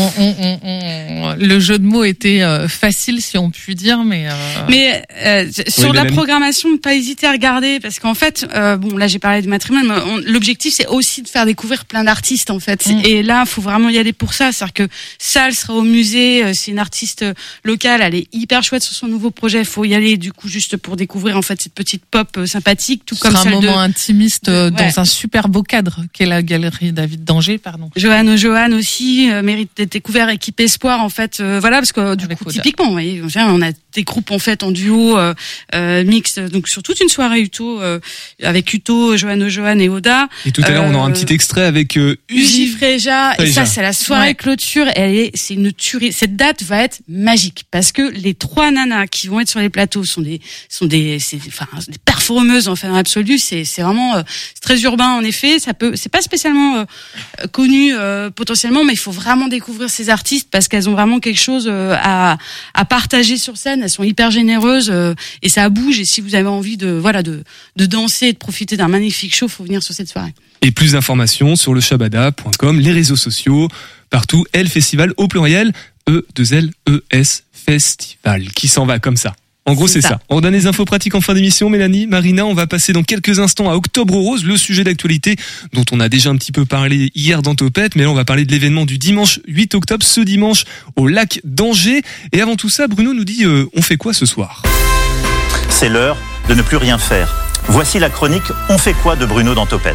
Le jeu de mots était facile si on peut dire, mais sur la programmation, pas hésiter à regarder parce qu'en fait, bon là j'ai parlé de matrimoine, mais l'objectif c'est aussi de faire découvrir plein d'artistes en fait. Et là, faut vraiment y aller pour ça. C'est-à-dire que Sal sera au musée, c'est une artiste locale, elle est hyper chouette sur son nouveau projet. Faut y aller du coup juste pour découvrir en fait cette petite pop sympathique, tout comme celle un moment intimiste dans un super beau cadre qu'est la galerie David d'Angers, Johan aussi mérite d'être découvert, équipe espoir en fait. Voilà parce que du coup typiquement, vous voyez, on a des groupes en fait en duo mixte, donc sur toute une soirée Uto avec Uto, Johan et Oda. Et tout à l'heure on aura un petit extrait avec Uzi Freja, et ça c'est la soirée clôture, c'est une tuerie. Cette date va être magique parce que les 3 nanas qui vont être sur les plateaux sont des performeuses en fait dans l'absolu. C'est vraiment c'est très urbain en effet. C'est pas spécialement connu potentiellement, mais il faut vraiment découvrir ces artistes parce qu'elles ont vraiment quelque chose à partager sur scène. Elles sont hyper généreuses et ça bouge. Et si vous avez envie de danser et de profiter d'un magnifique show, faut venir sur cette soirée. Et plus d'informations sur le shabada.com, les réseaux sociaux, partout, Hell Festival au pluriel, E2LES Festival, qui s'en va comme ça. En gros, c'est ça. On donne les infos pratiques en fin d'émission, Mélanie, Marina. On va passer dans quelques instants à Octobre Rose, le sujet d'actualité dont on a déjà un petit peu parlé hier dans Topette, mais là, on va parler de l'événement du dimanche 8 octobre, ce dimanche au lac d'Angers. Et avant tout ça, Bruno nous dit, on fait quoi ce soir? C'est l'heure de ne plus rien faire. Voici la chronique On fait quoi de Bruno dans Topette.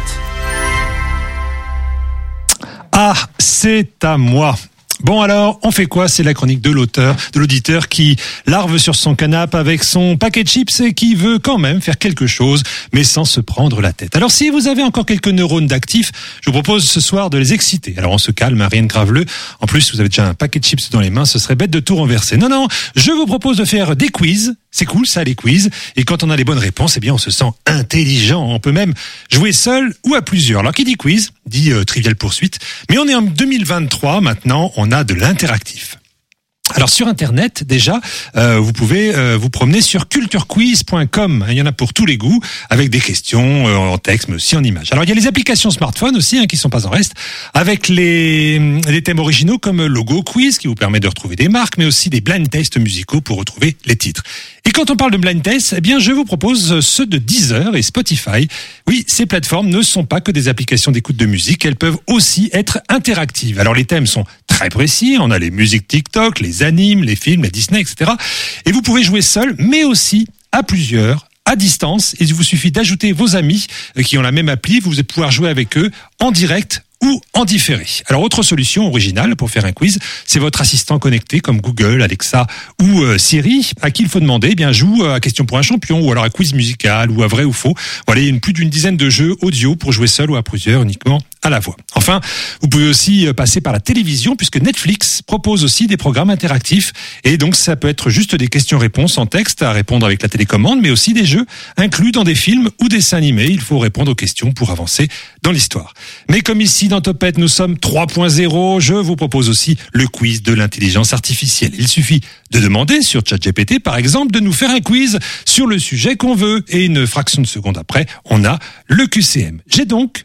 Ah, c'est à moi. Bon alors, on fait quoi? C'est la chronique de l'auditeur qui larve sur son canapé avec son paquet de chips et qui veut quand même faire quelque chose, mais sans se prendre la tête. Alors si vous avez encore quelques neurones d'actifs, je vous propose ce soir de les exciter. Alors on se calme, rien de graveleux. En plus, vous avez déjà un paquet de chips dans les mains, ce serait bête de tout renverser. Non, je vous propose de faire des quiz. C'est cool ça, les quiz. Et quand on a les bonnes réponses, eh bien on se sent intelligent. On peut même jouer seul ou à plusieurs. Alors qui dit quiz, dit Trivial Poursuite. Mais on est en 2023 maintenant, on a de l'interactif. Alors sur Internet, déjà, vous pouvez vous promener sur culturequiz.com. Il y en a pour tous les goûts, avec des questions en texte, mais aussi en images. Alors il y a les applications smartphone aussi, qui sont pas en reste, avec les thèmes originaux comme Logo Quiz, qui vous permet de retrouver des marques, mais aussi des blind tests musicaux pour retrouver les titres. Et quand on parle de blind test, eh bien je vous propose ceux de Deezer et Spotify. Oui, ces plateformes ne sont pas que des applications d'écoute de musique, elles peuvent aussi être interactives. Alors les thèmes sont très précis, on a les musiques TikTok, les animes, les films, les Disney, etc. Et vous pouvez jouer seul, mais aussi à plusieurs, à distance. Il vous suffit d'ajouter vos amis qui ont la même appli, vous allez pouvoir jouer avec eux en direct ou en différé. Alors, autre solution originale pour faire un quiz, c'est votre assistant connecté comme Google, Alexa ou Siri, à qui il faut demander, eh bien, joue à Question pour un champion ou alors à quiz musical ou à vrai ou faux. Voilà, il y a plus d'une dizaine de jeux audio pour jouer seul ou à plusieurs uniquement à la voix. Enfin, vous pouvez aussi passer par la télévision puisque Netflix propose aussi des programmes interactifs et donc ça peut être juste des questions-réponses en texte à répondre avec la télécommande, mais aussi des jeux inclus dans des films ou des dessins animés. Il faut répondre aux questions pour avancer dans l'histoire. Mais comme ici dans Topette, nous sommes 3.0, je vous propose aussi le quiz de l'intelligence artificielle. Il suffit de demander sur ChatGPT, par exemple, de nous faire un quiz sur le sujet qu'on veut et une fraction de seconde après, on a le QCM. J'ai donc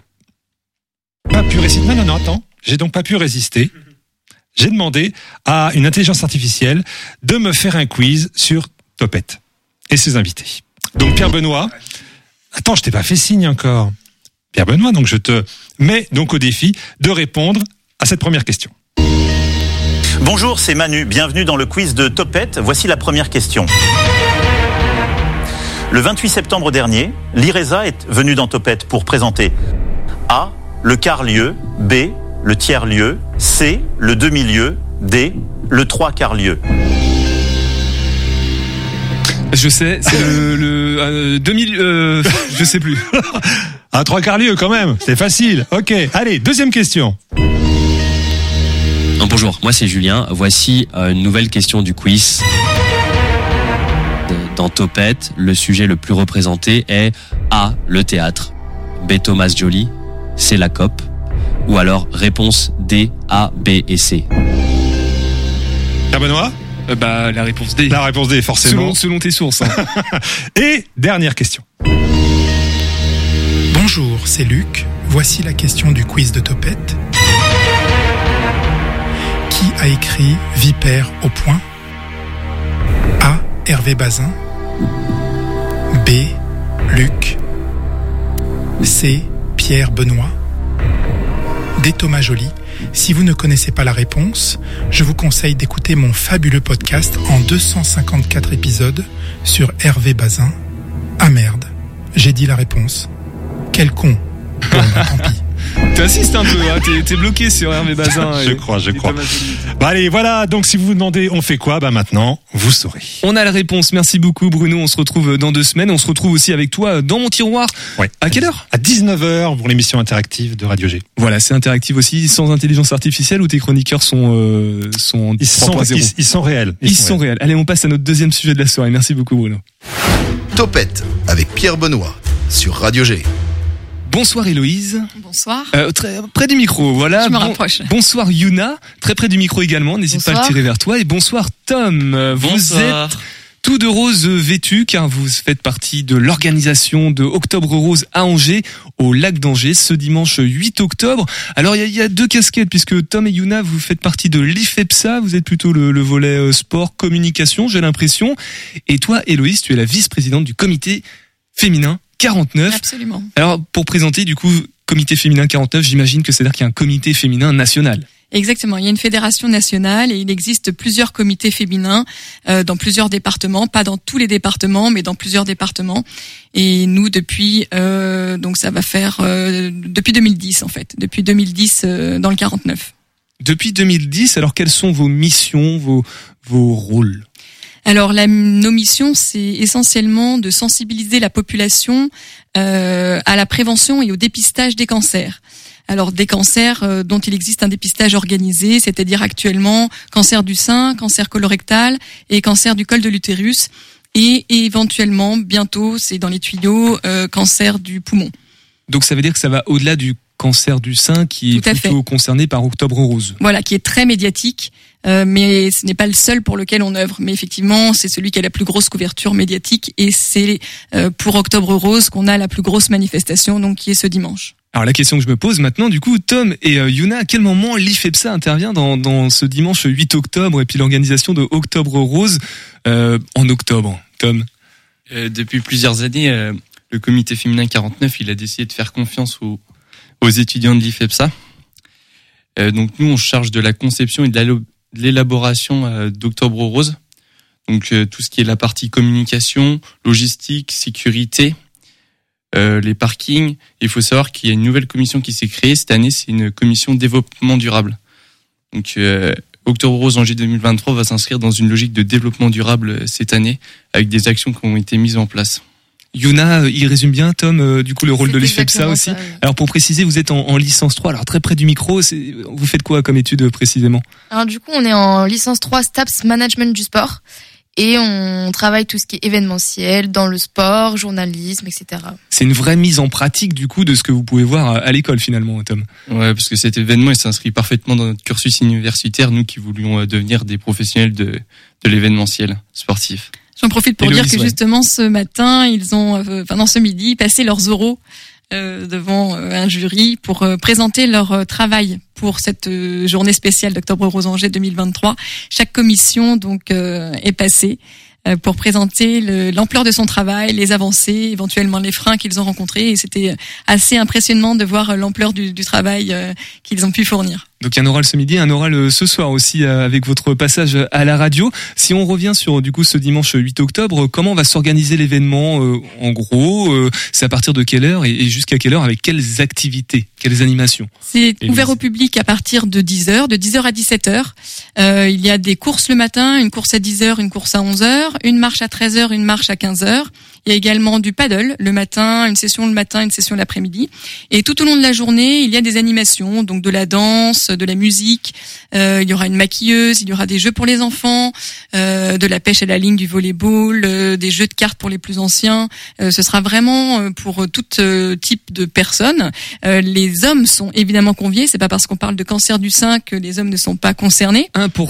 pas pu résister. Non, attends. J'ai donc pas pu résister. J'ai demandé à une intelligence artificielle de me faire un quiz sur Topette et ses invités. Donc Pierre Benoît. Attends, je t'ai pas fait signe encore. Pierre Benoît, donc je te mets donc au défi de répondre à cette première question. Bonjour, c'est Manu. Bienvenue dans le quiz de Topette. Voici la première question. Le 28 septembre dernier, l'IRESA est venue dans Topette pour présenter A, le quart-lieu, B, le tiers-lieu, C, le demi-lieu, D, le trois-quarts-lieu. Je sais, c'est le 2000, je sais plus. Un trois-quarts-lieu quand même, c'est facile. Ok, allez, deuxième question. Bonjour, moi c'est Julien. Voici une nouvelle question du quiz. Dans Topette, le sujet le plus représenté est A, le théâtre, B, Thomas Joly, C, la COP, ou alors réponse D, A, B et C. Pierre Benoît ? La réponse D. La réponse D, forcément. Selon tes sources. Hein. Et dernière question. Bonjour, c'est Luc. Voici la question du quiz de Topette. Qui a écrit Vipère au point ? A, Hervé Bazin. B, Luc. C, Pierre Benoît. D, Thomas Joly. Si vous ne connaissez pas la réponse, je vous conseille d'écouter mon fabuleux podcast en 254 épisodes sur Hervé Bazin. Ah merde, j'ai dit la réponse. Quel con. Bon, tant pis. T'insistes un peu, hein, t'es bloqué sur Hervé Bazin. Je crois. Allez, voilà, donc si vous vous demandez on fait quoi, maintenant, vous saurez. On a la réponse, merci beaucoup Bruno, on se retrouve dans 2 semaines, on se retrouve aussi avec toi dans mon tiroir. Ouais. À quelle heure ? À 19h pour l'émission interactive de Radio G. Voilà, c'est interactif aussi, sans intelligence artificielle, où tes chroniqueurs sont 3.0. Ils sont réels. Ils sont réels. Allez, on passe à notre deuxième sujet de la soirée, merci beaucoup Bruno. Topette avec Pierre Benoît sur Radio G. Bonsoir Héloïse. Bonsoir. Très près du micro, voilà. Je me rapproche. Bonsoir Yuna, très près du micro également, n'hésite pas à le tirer vers toi. Et bonsoir Tom, vous êtes tout de rose vêtu car vous faites partie de l'organisation de Octobre Rose à Angers, au lac d'Angers, ce dimanche 8 octobre. Alors il y a 2 casquettes puisque Tom et Yuna, vous faites partie de l'IFEPSA, vous êtes plutôt le volet sport, communication, j'ai l'impression. Et toi Héloïse, tu es la vice-présidente du comité féminin 49. Absolument. Alors, pour présenter, du coup, comité féminin 49, j'imagine que c'est-à-dire qu'il y a un comité féminin national. Exactement. Il y a une fédération nationale et il existe plusieurs comités féminins dans plusieurs départements, pas dans tous les départements, mais dans plusieurs départements. Et nous, depuis, donc ça va faire depuis 2010 en fait, depuis 2010 dans le 49. Depuis 2010, alors quelles sont vos missions, vos rôles ? Alors nos missions, c'est essentiellement de sensibiliser la population à la prévention et au dépistage des cancers. Alors des cancers dont il existe un dépistage organisé, c'est-à-dire actuellement cancer du sein, cancer colorectal et cancer du col de l'utérus et éventuellement bientôt, c'est dans les tuyaux, cancer du poumon. Donc ça veut dire que ça va au-delà du cancer du sein qui est plutôt concerné par Octobre Rose. Voilà, qui est très médiatique, mais ce n'est pas le seul pour lequel on œuvre. Mais effectivement, c'est celui qui a la plus grosse couverture médiatique et c'est pour Octobre Rose qu'on a la plus grosse manifestation, donc qui est ce dimanche. Alors la question que je me pose maintenant, du coup, Tom et Yuna, à quel moment l'IFEPSA intervient dans ce dimanche 8 octobre et puis l'organisation de Octobre Rose en octobre, Tom? Depuis plusieurs années, le comité féminin 49, il a décidé de faire confiance aux étudiants de l'IFEPSA. Donc nous, on se charge de la conception et de l'élaboration d'Octobre Rose. Donc tout ce qui est la partie communication, logistique, sécurité, les parkings. Il faut savoir qu'il y a une nouvelle commission qui s'est créée cette année, c'est une commission développement durable. Donc Octobre Rose Angers 2023 va s'inscrire dans une logique de développement durable cette année, avec des actions qui ont été mises en place. Yuna, il résume bien, Tom, du coup, le rôle de l'IFEPSA aussi. Ça, oui. Alors, pour préciser, vous êtes en licence 3, alors très près du micro. Vous faites quoi comme étude précisément? Alors, du coup, on est en licence 3 STAPS Management du sport. Et on travaille tout ce qui est événementiel, dans le sport, journalisme, etc. C'est une vraie mise en pratique, du coup, de ce que vous pouvez voir à l'école, finalement, Tom. Ouais, parce que cet événement, il s'inscrit parfaitement dans notre cursus universitaire, nous qui voulions devenir des professionnels de l'événementiel sportif. J'en profite pour dire que justement ce matin, ils ont, ce midi, passé leurs oraux devant un jury pour présenter leur travail pour cette journée spéciale d'Octobre Rose Angers 2023. Chaque commission donc est passée pour présenter l'ampleur de son travail, les avancées, éventuellement les freins qu'ils ont rencontrés. Et c'était assez impressionnant de voir l'ampleur du travail qu'ils ont pu fournir. Donc un oral ce midi, un oral ce soir aussi avec votre passage à la radio. Si on revient sur du coup ce dimanche 8 octobre, comment va s'organiser l'événement en gros c'est à partir de quelle heure et jusqu'à quelle heure, avec quelles activités, quelles animations? C'est ouvert au public à partir de 10h, de 10h à 17h. Il y a des courses le matin, une course à 10h, une course à 11h, une marche à 13h, une marche à 15h. Il y a également du paddle le matin, une session le matin, une session l'après-midi. Et tout au long de la journée, il y a des animations, donc de la danse, de la musique. Il y aura une maquilleuse, il y aura des jeux pour les enfants, de la pêche à la ligne, du volleyball, des jeux de cartes pour les plus anciens. Ce sera vraiment pour tout type de personnes. Les hommes sont évidemment conviés. C'est pas parce qu'on parle de cancer du sein que les hommes ne sont pas concernés.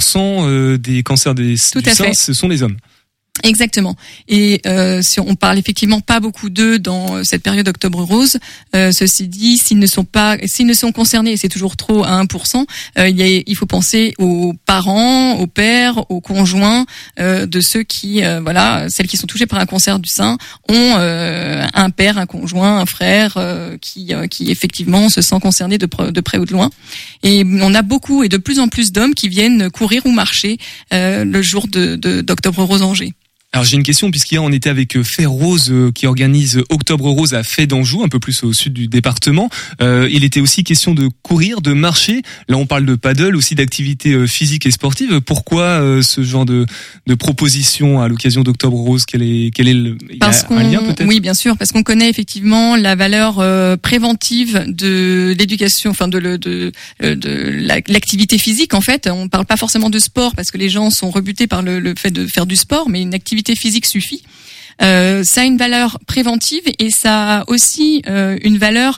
1% des cancers du sein, ce sont les hommes. Exactement. Et si on parle effectivement pas beaucoup d'eux dans cette période Octobre Rose, ceci dit, s'ils ne sont concernés, et c'est toujours trop à 1%, il faut penser aux parents, aux pères, aux conjoints de ceux qui, celles qui sont touchées par un cancer du sein ont un père, un conjoint, un frère qui effectivement se sent concerné de près ou de loin. Et on a beaucoup et de plus en plus d'hommes qui viennent courir ou marcher le jour d'Octobre Rose Angers. Alors j'ai une question, puisqu'hier on était avec Fay Rose qui organise Octobre Rose à Fay d'Anjou, un peu plus au sud du département. Il était aussi question de courir, de marcher. Là on parle de paddle, aussi d'activités physiques et sportives. Pourquoi ce genre de proposition à l'occasion d'Octobre Rose? Quel est un lien peut-être? Oui, bien sûr, parce qu'on connaît effectivement la valeur préventive de l'éducation, enfin de l'activité physique. En fait, on parle pas forcément de sport parce que les gens sont rebutés par le fait de faire du sport, mais une activité physique suffit. Ça a une valeur préventive et ça a aussi une valeur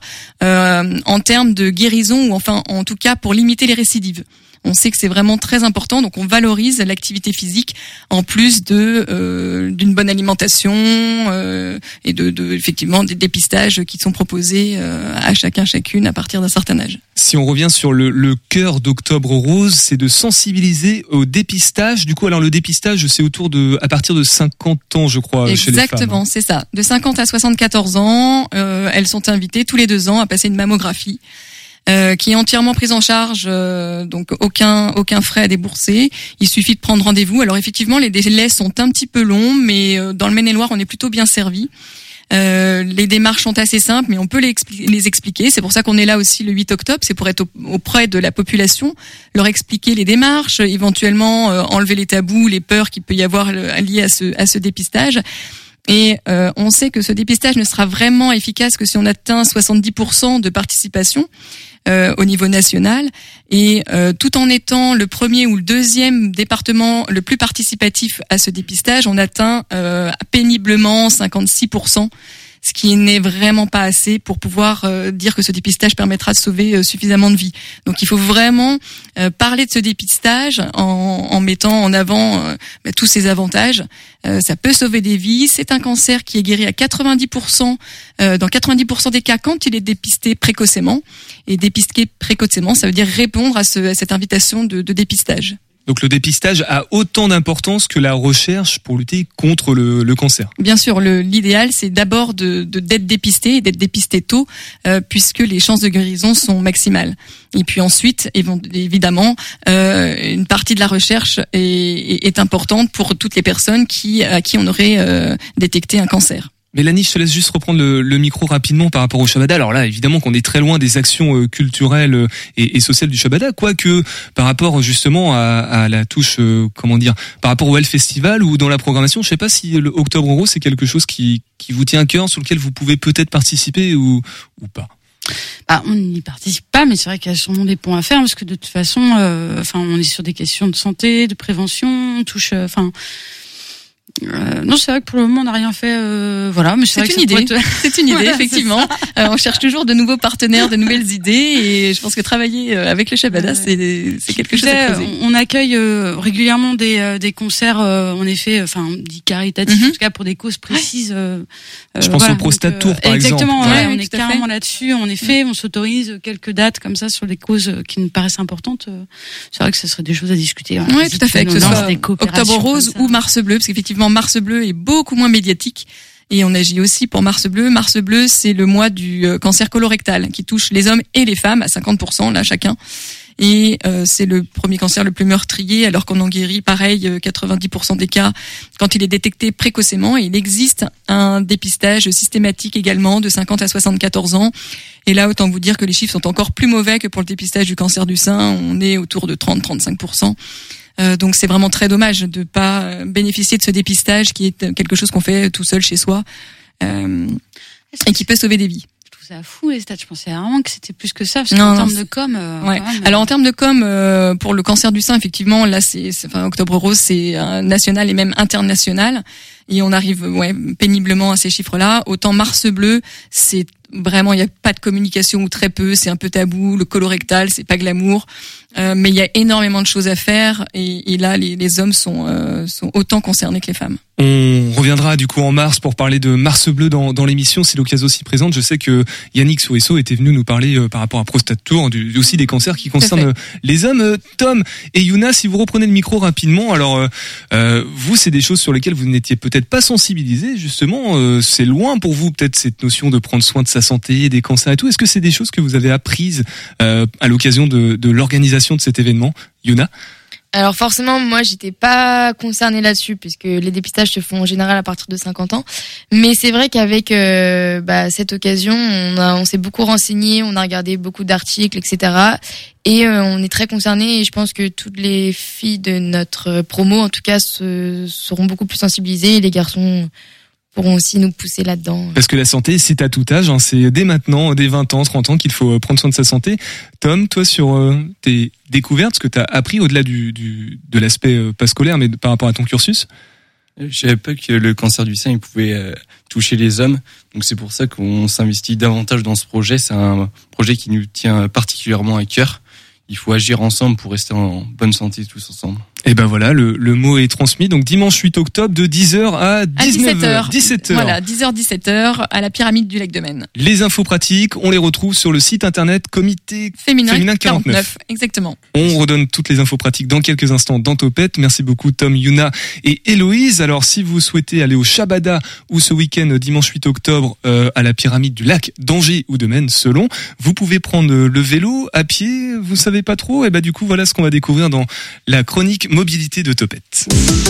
en termes de guérison, ou enfin en tout cas pour limiter les récidives. On sait que c'est vraiment très important, donc on valorise l'activité physique en plus d'une bonne alimentation et effectivement des dépistages qui sont proposés à chacune à partir d'un certain âge. Si on revient sur le cœur d'Octobre Rose, c'est de sensibiliser au dépistage. Du coup, alors le dépistage, c'est à partir de 50 ans, je crois, chez les femmes. Exactement, c'est ça. De 50 à 74 ans, elles sont invitées tous les 2 ans à passer une mammographie. Qui est entièrement prise en charge, donc aucun frais à débourser. Il suffit de prendre rendez-vous. Alors effectivement, les délais sont un petit peu longs, mais dans le Maine-et-Loire, on est plutôt bien servi. Les démarches sont assez simples, mais on peut les expliquer. C'est pour ça qu'on est là aussi le 8 octobre. C'est pour être auprès de la population, leur expliquer les démarches, éventuellement enlever les tabous, les peurs qu'il peut y avoir liées à ce dépistage. Et on sait que ce dépistage ne sera vraiment efficace que si on atteint 70% de participation au niveau national, et tout en étant le premier ou le deuxième département le plus participatif à ce dépistage, on atteint péniblement 56%. Ce qui n'est vraiment pas assez pour pouvoir dire que ce dépistage permettra de sauver suffisamment de vies. Donc il faut vraiment parler de ce dépistage en mettant en avant tous ses avantages. Ça peut sauver des vies. C'est un cancer qui est guéri à 90%, dans 90% des cas quand il est dépisté précocement. Et dépister précocement, ça veut dire répondre à cette invitation de dépistage. Donc le dépistage a autant d'importance que la recherche pour lutter contre le cancer. Bien sûr, l'idéal c'est d'abord d'être dépisté et d'être dépisté tôt, puisque les chances de guérison sont maximales. Et puis ensuite, évidemment, une partie de la recherche est importante pour toutes les personnes à qui on aurait détecté un cancer. Mélanie, je te laisse juste reprendre le micro rapidement par rapport au Shabada. Alors là, évidemment qu'on est très loin des actions culturelles et sociales du Shabada, quoique par rapport justement à la touche, par rapport au Hell Festival ou dans la programmation, je sais pas si le Octobre Rose c'est quelque chose qui vous tient à cœur, sur lequel vous pouvez peut-être participer ou pas. On n'y participe pas, mais c'est vrai qu'il y a sûrement des points à faire, parce que de toute façon, on est sur des questions de santé, de prévention, on touche, non, c'est vrai que pour le moment on n'a rien fait. Mais c'est une idée. C'est une idée, effectivement. On cherche toujours de nouveaux partenaires, de nouvelles idées, et je pense que travailler avec le Shabada, c'est quelque chose à creuser. On accueille régulièrement des concerts, en effet, dits caritatifs, en tout cas pour des causes précises. Je pense au Prostate Tour, par exemple. Exactement. On est carrément là-dessus. En effet, on s'autorise quelques dates comme ça sur des causes qui nous paraissent importantes. C'est vrai que ce serait des choses à discuter. Oui, tout à fait. Que ce soit Octobre Rose ou Mars Bleu, parce qu'effectivement effectivement, Mars Bleu est beaucoup moins médiatique. Et on agit aussi pour Mars Bleu. Mars Bleu, c'est le mois du cancer colorectal qui touche les hommes et les femmes à 50%, là, chacun. Et c'est le premier cancer le plus meurtrier, alors qu'on en guérit, pareil, 90% des cas quand il est détecté précocement. Et il existe un dépistage systématique également de 50 à 74 ans. Et là, autant vous dire que les chiffres sont encore plus mauvais que pour le dépistage du cancer du sein. On est autour de 30-35%. Donc c'est vraiment très dommage de pas bénéficier de ce dépistage qui est quelque chose qu'on fait tout seul chez soi et qui peut sauver des vies. Je trouve ça fou les stats. Je pensais vraiment que c'était plus que ça parce qu'en termes de com. Ouais. Alors en termes de com, pour le cancer du sein, effectivement, là c'est Octobre Rose, c'est national et même international. Et on arrive péniblement à ces chiffres-là. Autant Mars Bleu, c'est vraiment, il n'y a pas de communication ou très peu, c'est un peu tabou. Le colorectal, c'est pas glamour, mais il y a énormément de choses à faire. Et là, les hommes sont autant concernés que les femmes. On reviendra du coup en mars pour parler de Mars Bleu dans l'émission, si l'occasion s'y présente. Je sais que Yannick Souesso était venu nous parler par rapport à Prostate Tour, aussi des cancers qui concernent les hommes. Tom et Yuna, si vous reprenez le micro rapidement, alors vous, c'est des choses sur lesquelles vous n'étiez peut-être pas sensibilisés, justement. C'est loin pour vous peut-être cette notion de prendre soin de sa santé, des cancers et tout. Est-ce que c'est des choses que vous avez apprises à l'occasion de l'organisation de cet événement, Yuna? Alors forcément, moi, j'étais pas concernée là-dessus puisque les dépistages se font en général à partir de 50 ans. Mais c'est vrai qu'avec cette occasion, on s'est beaucoup renseigné, on a regardé beaucoup d'articles, etc. Et on est très concernés. Et je pense que toutes les filles de notre promo, en tout cas, seront beaucoup plus sensibilisées. Et les garçons pourront aussi nous pousser là-dedans. Parce que la santé, c'est à tout âge, hein, c'est dès maintenant, dès 20 ans, 30 ans qu'il faut prendre soin de sa santé. Tom, toi, sur tes découvertes, ce que tu as appris au-delà de l'aspect pas scolaire, mais par rapport à ton cursus? Je savais pas que le cancer du sein, il pouvait toucher les hommes. Donc c'est pour ça qu'on s'investit davantage dans ce projet. C'est un projet qui nous tient particulièrement à cœur. Il faut agir ensemble pour rester en bonne santé tous ensemble. Et ben voilà, le mot est transmis. Donc dimanche 8 octobre de 10h à 19h. 17h. Voilà, 10h, 17h à la pyramide du lac de Maine. Les infos pratiques, on les retrouve sur le site internet Comité Féminin 49. Exactement. On redonne toutes les infos pratiques dans quelques instants dans Topette. Merci beaucoup Tom, Yuna et Héloïse. Alors si vous souhaitez aller au Shabada ou ce week-end dimanche 8 octobre à la pyramide du lac d'Angers ou de Maine selon, vous pouvez prendre le vélo, à pied, vous savez pas trop. Et ben du coup voilà ce qu'on va découvrir dans la chronique mobilité de Topette.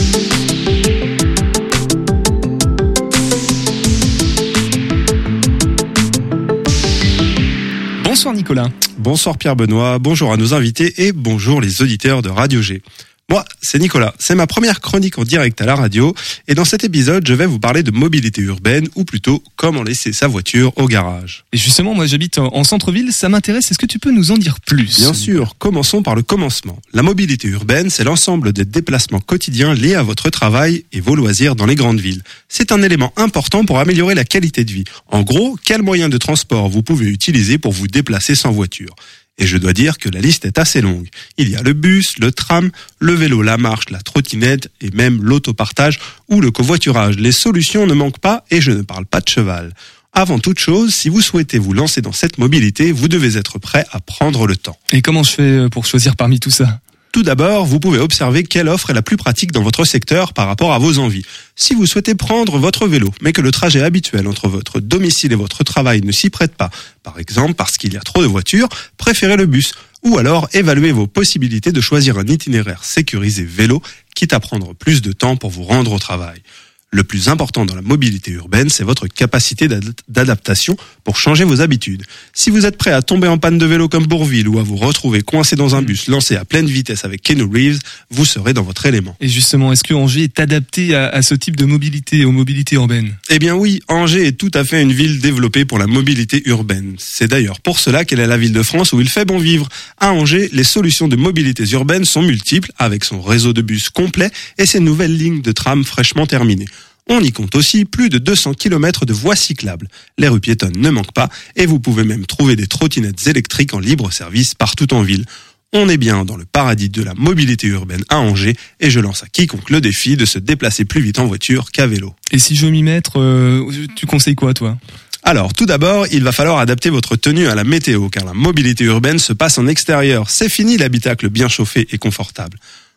Bonsoir Nicolas. Bonsoir Pierre-Benoît, bonjour à nos invités et bonjour les auditeurs de Radio G. Moi, c'est Nicolas, c'est ma première chronique en direct à la radio et dans cet épisode, je vais vous parler de mobilité urbaine ou plutôt comment laisser sa voiture au garage. Et justement, moi j'habite en centre-ville, ça m'intéresse, est-ce que tu peux nous en dire plus? Bien sûr, commençons par le commencement. La mobilité urbaine, c'est l'ensemble des déplacements quotidiens liés à votre travail et vos loisirs dans les grandes villes. C'est un élément important pour améliorer la qualité de vie. En gros, quel moyen de transport vous pouvez utiliser pour vous déplacer sans voiture ? Et je dois dire que la liste est assez longue. Il y a le bus, le tram, le vélo, la marche, la trottinette et même l'autopartage ou le covoiturage. Les solutions ne manquent pas et je ne parle pas de cheval. Avant toute chose, si vous souhaitez vous lancer dans cette mobilité, vous devez être prêt à prendre le temps. Et comment je fais pour choisir parmi tout ça ? Tout d'abord, vous pouvez observer quelle offre est la plus pratique dans votre secteur par rapport à vos envies. Si vous souhaitez prendre votre vélo, mais que le trajet habituel entre votre domicile et votre travail ne s'y prête pas, par exemple parce qu'il y a trop de voitures, préférez le bus. Ou alors, évaluez vos possibilités de choisir un itinéraire sécurisé vélo, quitte à prendre plus de temps pour vous rendre au travail. Le plus important dans la mobilité urbaine, c'est votre capacité d'adaptation pour changer vos habitudes. Si vous êtes prêt à tomber en panne de vélo comme Bourvil ou à vous retrouver coincé dans un bus lancé à pleine vitesse avec Keanu Reeves, vous serez dans votre élément. Et justement, est-ce que Angers est adapté à ce type de mobilité, aux mobilités urbaines ? Eh bien oui, Angers est tout à fait une ville développée pour la mobilité urbaine. C'est d'ailleurs pour cela qu'elle est la ville de France où il fait bon vivre. À Angers, les solutions de mobilités urbaines sont multiples avec son réseau de bus complet et ses nouvelles lignes de tram fraîchement terminées. On y compte aussi plus de 200 km de voies cyclables. Les rues piétonnes ne manquent pas et vous pouvez même trouver des trottinettes électriques en libre service partout en ville. On est bien dans le paradis de la mobilité urbaine à Angers et je lance à quiconque le défi de se déplacer plus vite en voiture qu'à vélo. Et si je veux m'y mettre, tu conseilles quoi toi ? Alors, tout d'abord, il va falloir adapter votre tenue à la météo car la mobilité urbaine se passe en extérieur. C'est fini l'habitacle bien chauffé et confortable.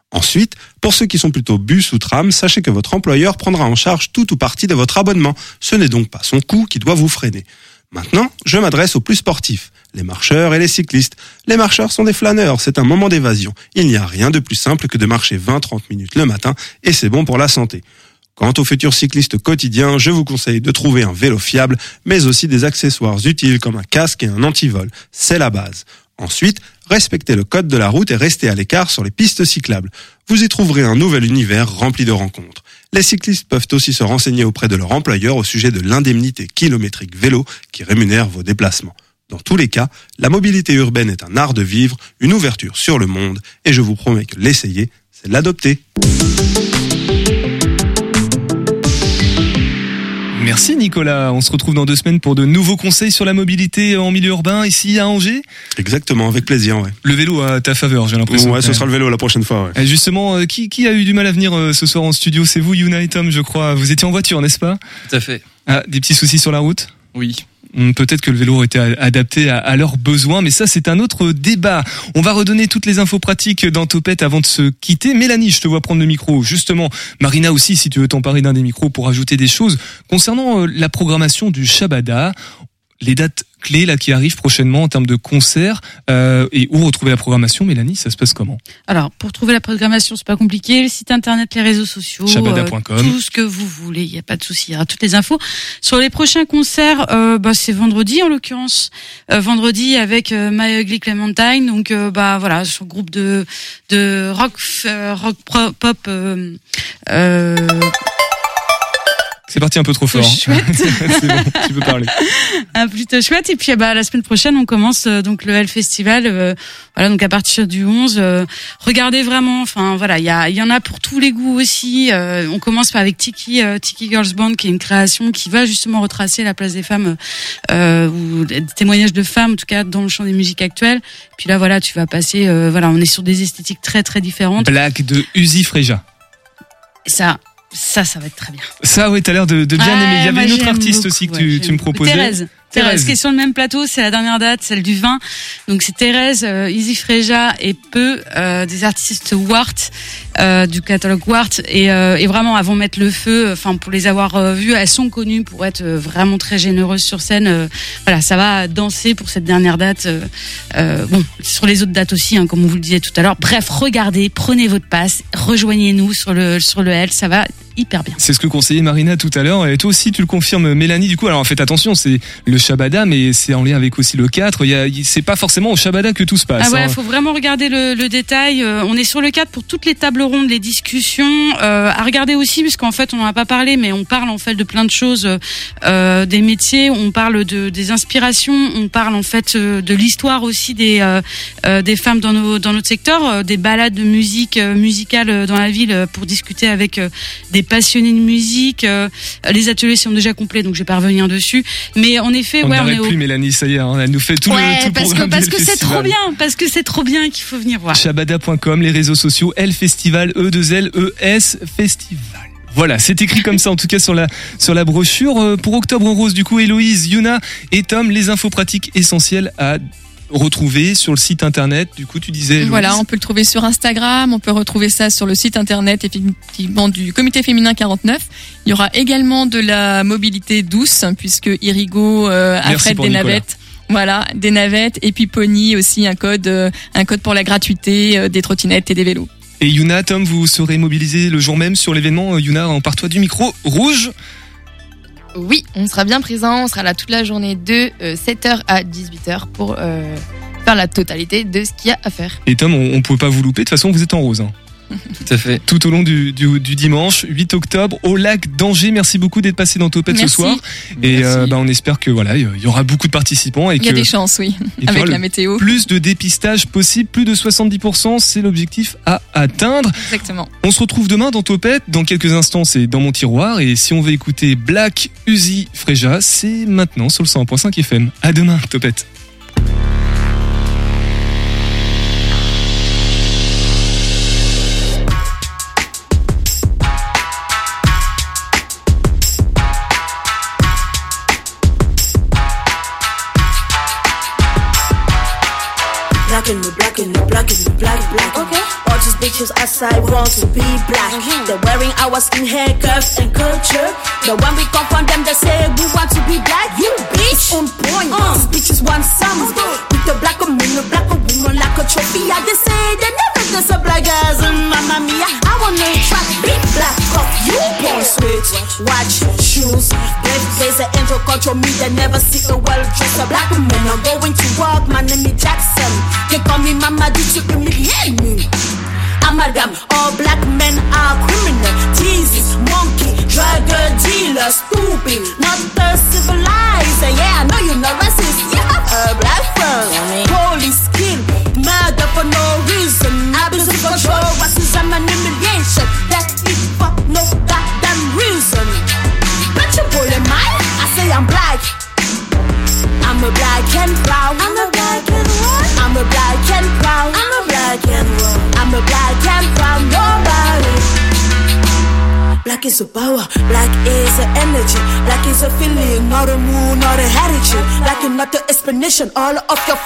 Ensuite, pour ceux qui sont plutôt bus ou tram, sachez que votre employeur prendra en charge tout ou partie de votre abonnement. Ce n'est donc pas son coût qui doit vous freiner. Maintenant, je m'adresse aux plus sportifs, les marcheurs et les cyclistes. Les marcheurs sont des flâneurs, c'est un moment d'évasion. Il n'y a rien de plus simple que de marcher 20-30 minutes le matin et c'est bon pour la santé. Quant aux futurs cyclistes quotidiens, je vous conseille de trouver un vélo fiable, mais aussi des accessoires utiles comme un casque et un antivol. C'est la base. Ensuite, respectez le code de la route et restez à l'écart sur les pistes cyclables. Vous y trouverez un nouvel univers rempli de rencontres. Les cyclistes peuvent aussi se renseigner auprès de leur employeur au sujet de l'indemnité kilométrique vélo qui rémunère vos déplacements. Dans tous les cas, la mobilité urbaine est un art de vivre, une ouverture sur le monde, et je vous promets que l'essayer, c'est l'adopter. Merci Nicolas, on se retrouve dans 2 semaines pour de nouveaux conseils sur la mobilité en milieu urbain ici à Angers. Exactement, avec plaisir, ouais. Le vélo à ta faveur, j'ai l'impression. Ouais, ce sera le vélo la prochaine fois, ouais. Et justement, qui a eu du mal à venir ce soir en studio? C'est vous, Yuna et Tom, je crois. Vous étiez en voiture, n'est-ce pas? Tout à fait. Ah, des petits soucis sur la route? Oui. Peut-être que le vélo aurait été adapté à leurs besoins, mais ça c'est un autre débat. On va redonner toutes les infos pratiques dans Topette avant de se quitter. Mélanie, je te vois prendre le micro. Justement, Marina aussi, si tu veux t'emparer d'un des micros pour ajouter des choses concernant la programmation du Shabada. Les dates clés là qui arrivent prochainement en termes de concerts et où retrouver la programmation. Mélanie, ça se passe comment? Alors, pour trouver la programmation, c'est pas compliqué. Le site internet, les réseaux sociaux, Shabada.com. Tout ce que vous voulez, il y a pas de souci, il y aura toutes les infos. Sur les prochains concerts, c'est vendredi en l'occurrence. Vendredi avec My Ugly Clementine. Donc voilà, sur le groupe de rock pop. C'est parti un peu trop fort. Chouette. C'est bon, tu peux parler. Plutôt chouette. Et puis la semaine prochaine, on commence donc le Hell Festival. Voilà, donc à partir du 11. Regardez vraiment. Enfin voilà, il y en a pour tous les goûts aussi. On commence avec Tiki Girls Band, qui est une création qui va justement retracer la place des femmes ou des témoignages de femmes, en tout cas dans le champ des musiques actuelles. Puis là voilà, tu vas passer. On est sur des esthétiques très très différentes. Black de Uzi Freja. Ça va être très bien. Ça, oui, t'as l'air de bien aimer. Il y avait une autre artiste aussi que tu me proposais. Thérèse, qui est sur le même plateau, c'est la dernière date, celle du 20. Donc c'est Thérèse, Easy Freja et peu des artistes Wart, du catalogue Wart, et vraiment elles vont mettre le feu. Enfin, pour les avoir vues, elles sont connues pour être vraiment très généreuses sur scène. Voilà, ça va danser pour cette dernière date. Sur les autres dates aussi, comme on vous le disait tout à l'heure. Bref, regardez, prenez votre passe, rejoignez-nous sur le L, ça va hyper bien. C'est ce que conseillait Marina tout à l'heure, et toi aussi tu le confirmes, Mélanie. Du coup, alors faites attention, c'est le Shabada, mais c'est en lien avec aussi le 4. C'est pas forcément au Shabada que tout se passe. Ah ouais, faut vraiment regarder le détail. On est sur le 4 pour toutes les tables rondes, les discussions. À regarder aussi, parce qu'en fait on en a pas parlé, mais on parle en fait de plein de choses, des métiers, on parle des inspirations, on parle en fait de l'histoire aussi des femmes dans notre secteur, des balades de musique musicale dans la ville pour discuter avec des passionnés de musique. Les ateliers sont déjà complets, donc je vais pas revenir dessus. Mais en effet, on n'arrête plus, Mélanie, ça y est, elle nous fait tout le programme. Parce que c'est trop bien, qu'il faut venir voir. Shabada.com, les réseaux sociaux, L Festival, E2LES Festival. Voilà, c'est écrit comme ça en tout cas sur la brochure. Pour Octobre Rose, du coup, Héloïse, Yuna et Tom, les infos pratiques essentielles à retrouver sur le site internet. Du coup, tu disais, Héloïse. Voilà, on peut le trouver sur Instagram, on peut retrouver ça sur le site internet effectivement du Comité Féminin 49. Il y aura également de la mobilité douce, puisque Irigo affrète des navettes. Voilà, des navettes, et puis Pony aussi un code pour la gratuité des trottinettes et des vélos. Et Yuna, Tom, vous serez mobilisés le jour même sur l'événement. Yuna, empare-toi du micro rouge. Oui, on sera bien présent, on sera là toute la journée de 7h à 18h pour faire la totalité de ce qu'il y a à faire. Et Tom, on ne peut pas vous louper, de toute façon vous êtes en rose. Tout à fait. Tout au long du dimanche 8 octobre au lac d'Angers. Merci beaucoup d'être passé dans Topette ce soir. Et on espère que il y aura beaucoup de participants et il y a des chances, oui, avec la météo. Plus de dépistage possible, plus de 70%, c'est l'objectif à atteindre. Exactement. On se retrouve demain dans Topette. Dans quelques instants, c'est dans mon tiroir. Et si on veut écouter Black Uzi Freja, c'est maintenant sur le 100.5 FM. À demain, Topette. Black, okay. All just bitches bitches outside want to be black. They're wearing our skin hair curves and culture. But when we confront them, they say we want to be black. You bitch, on point. These bitches want some. With the black woman like a trophy. Yeah, they say they never get so black as Mamma Mia. I wanna try big black cup. You born sweet, watch, shoes. There's an angel control me. They never see a well-dressed black woman. I'm going to work. My name is Jackson. They call me Mama. Did you humiliate me? Amalgam, all black men are criminal. Teases, monkey, drug dealer, stupid, not the civilized. Yeah, I know you're not racist. Yeah, black firm, police kill, murder for no reason. Abuse of control, racism and humiliation. That is for no goddamn reason. But you bully mine, I say I'm black. I'm a black and proud. I'm a black and what? I'm a black and proud. I'm a black and what? I'm a black and proud. Nobody. Black is a power. Black is an energy. Black is a feeling, not a mood, not a heritage. Black is not the explanation. All of your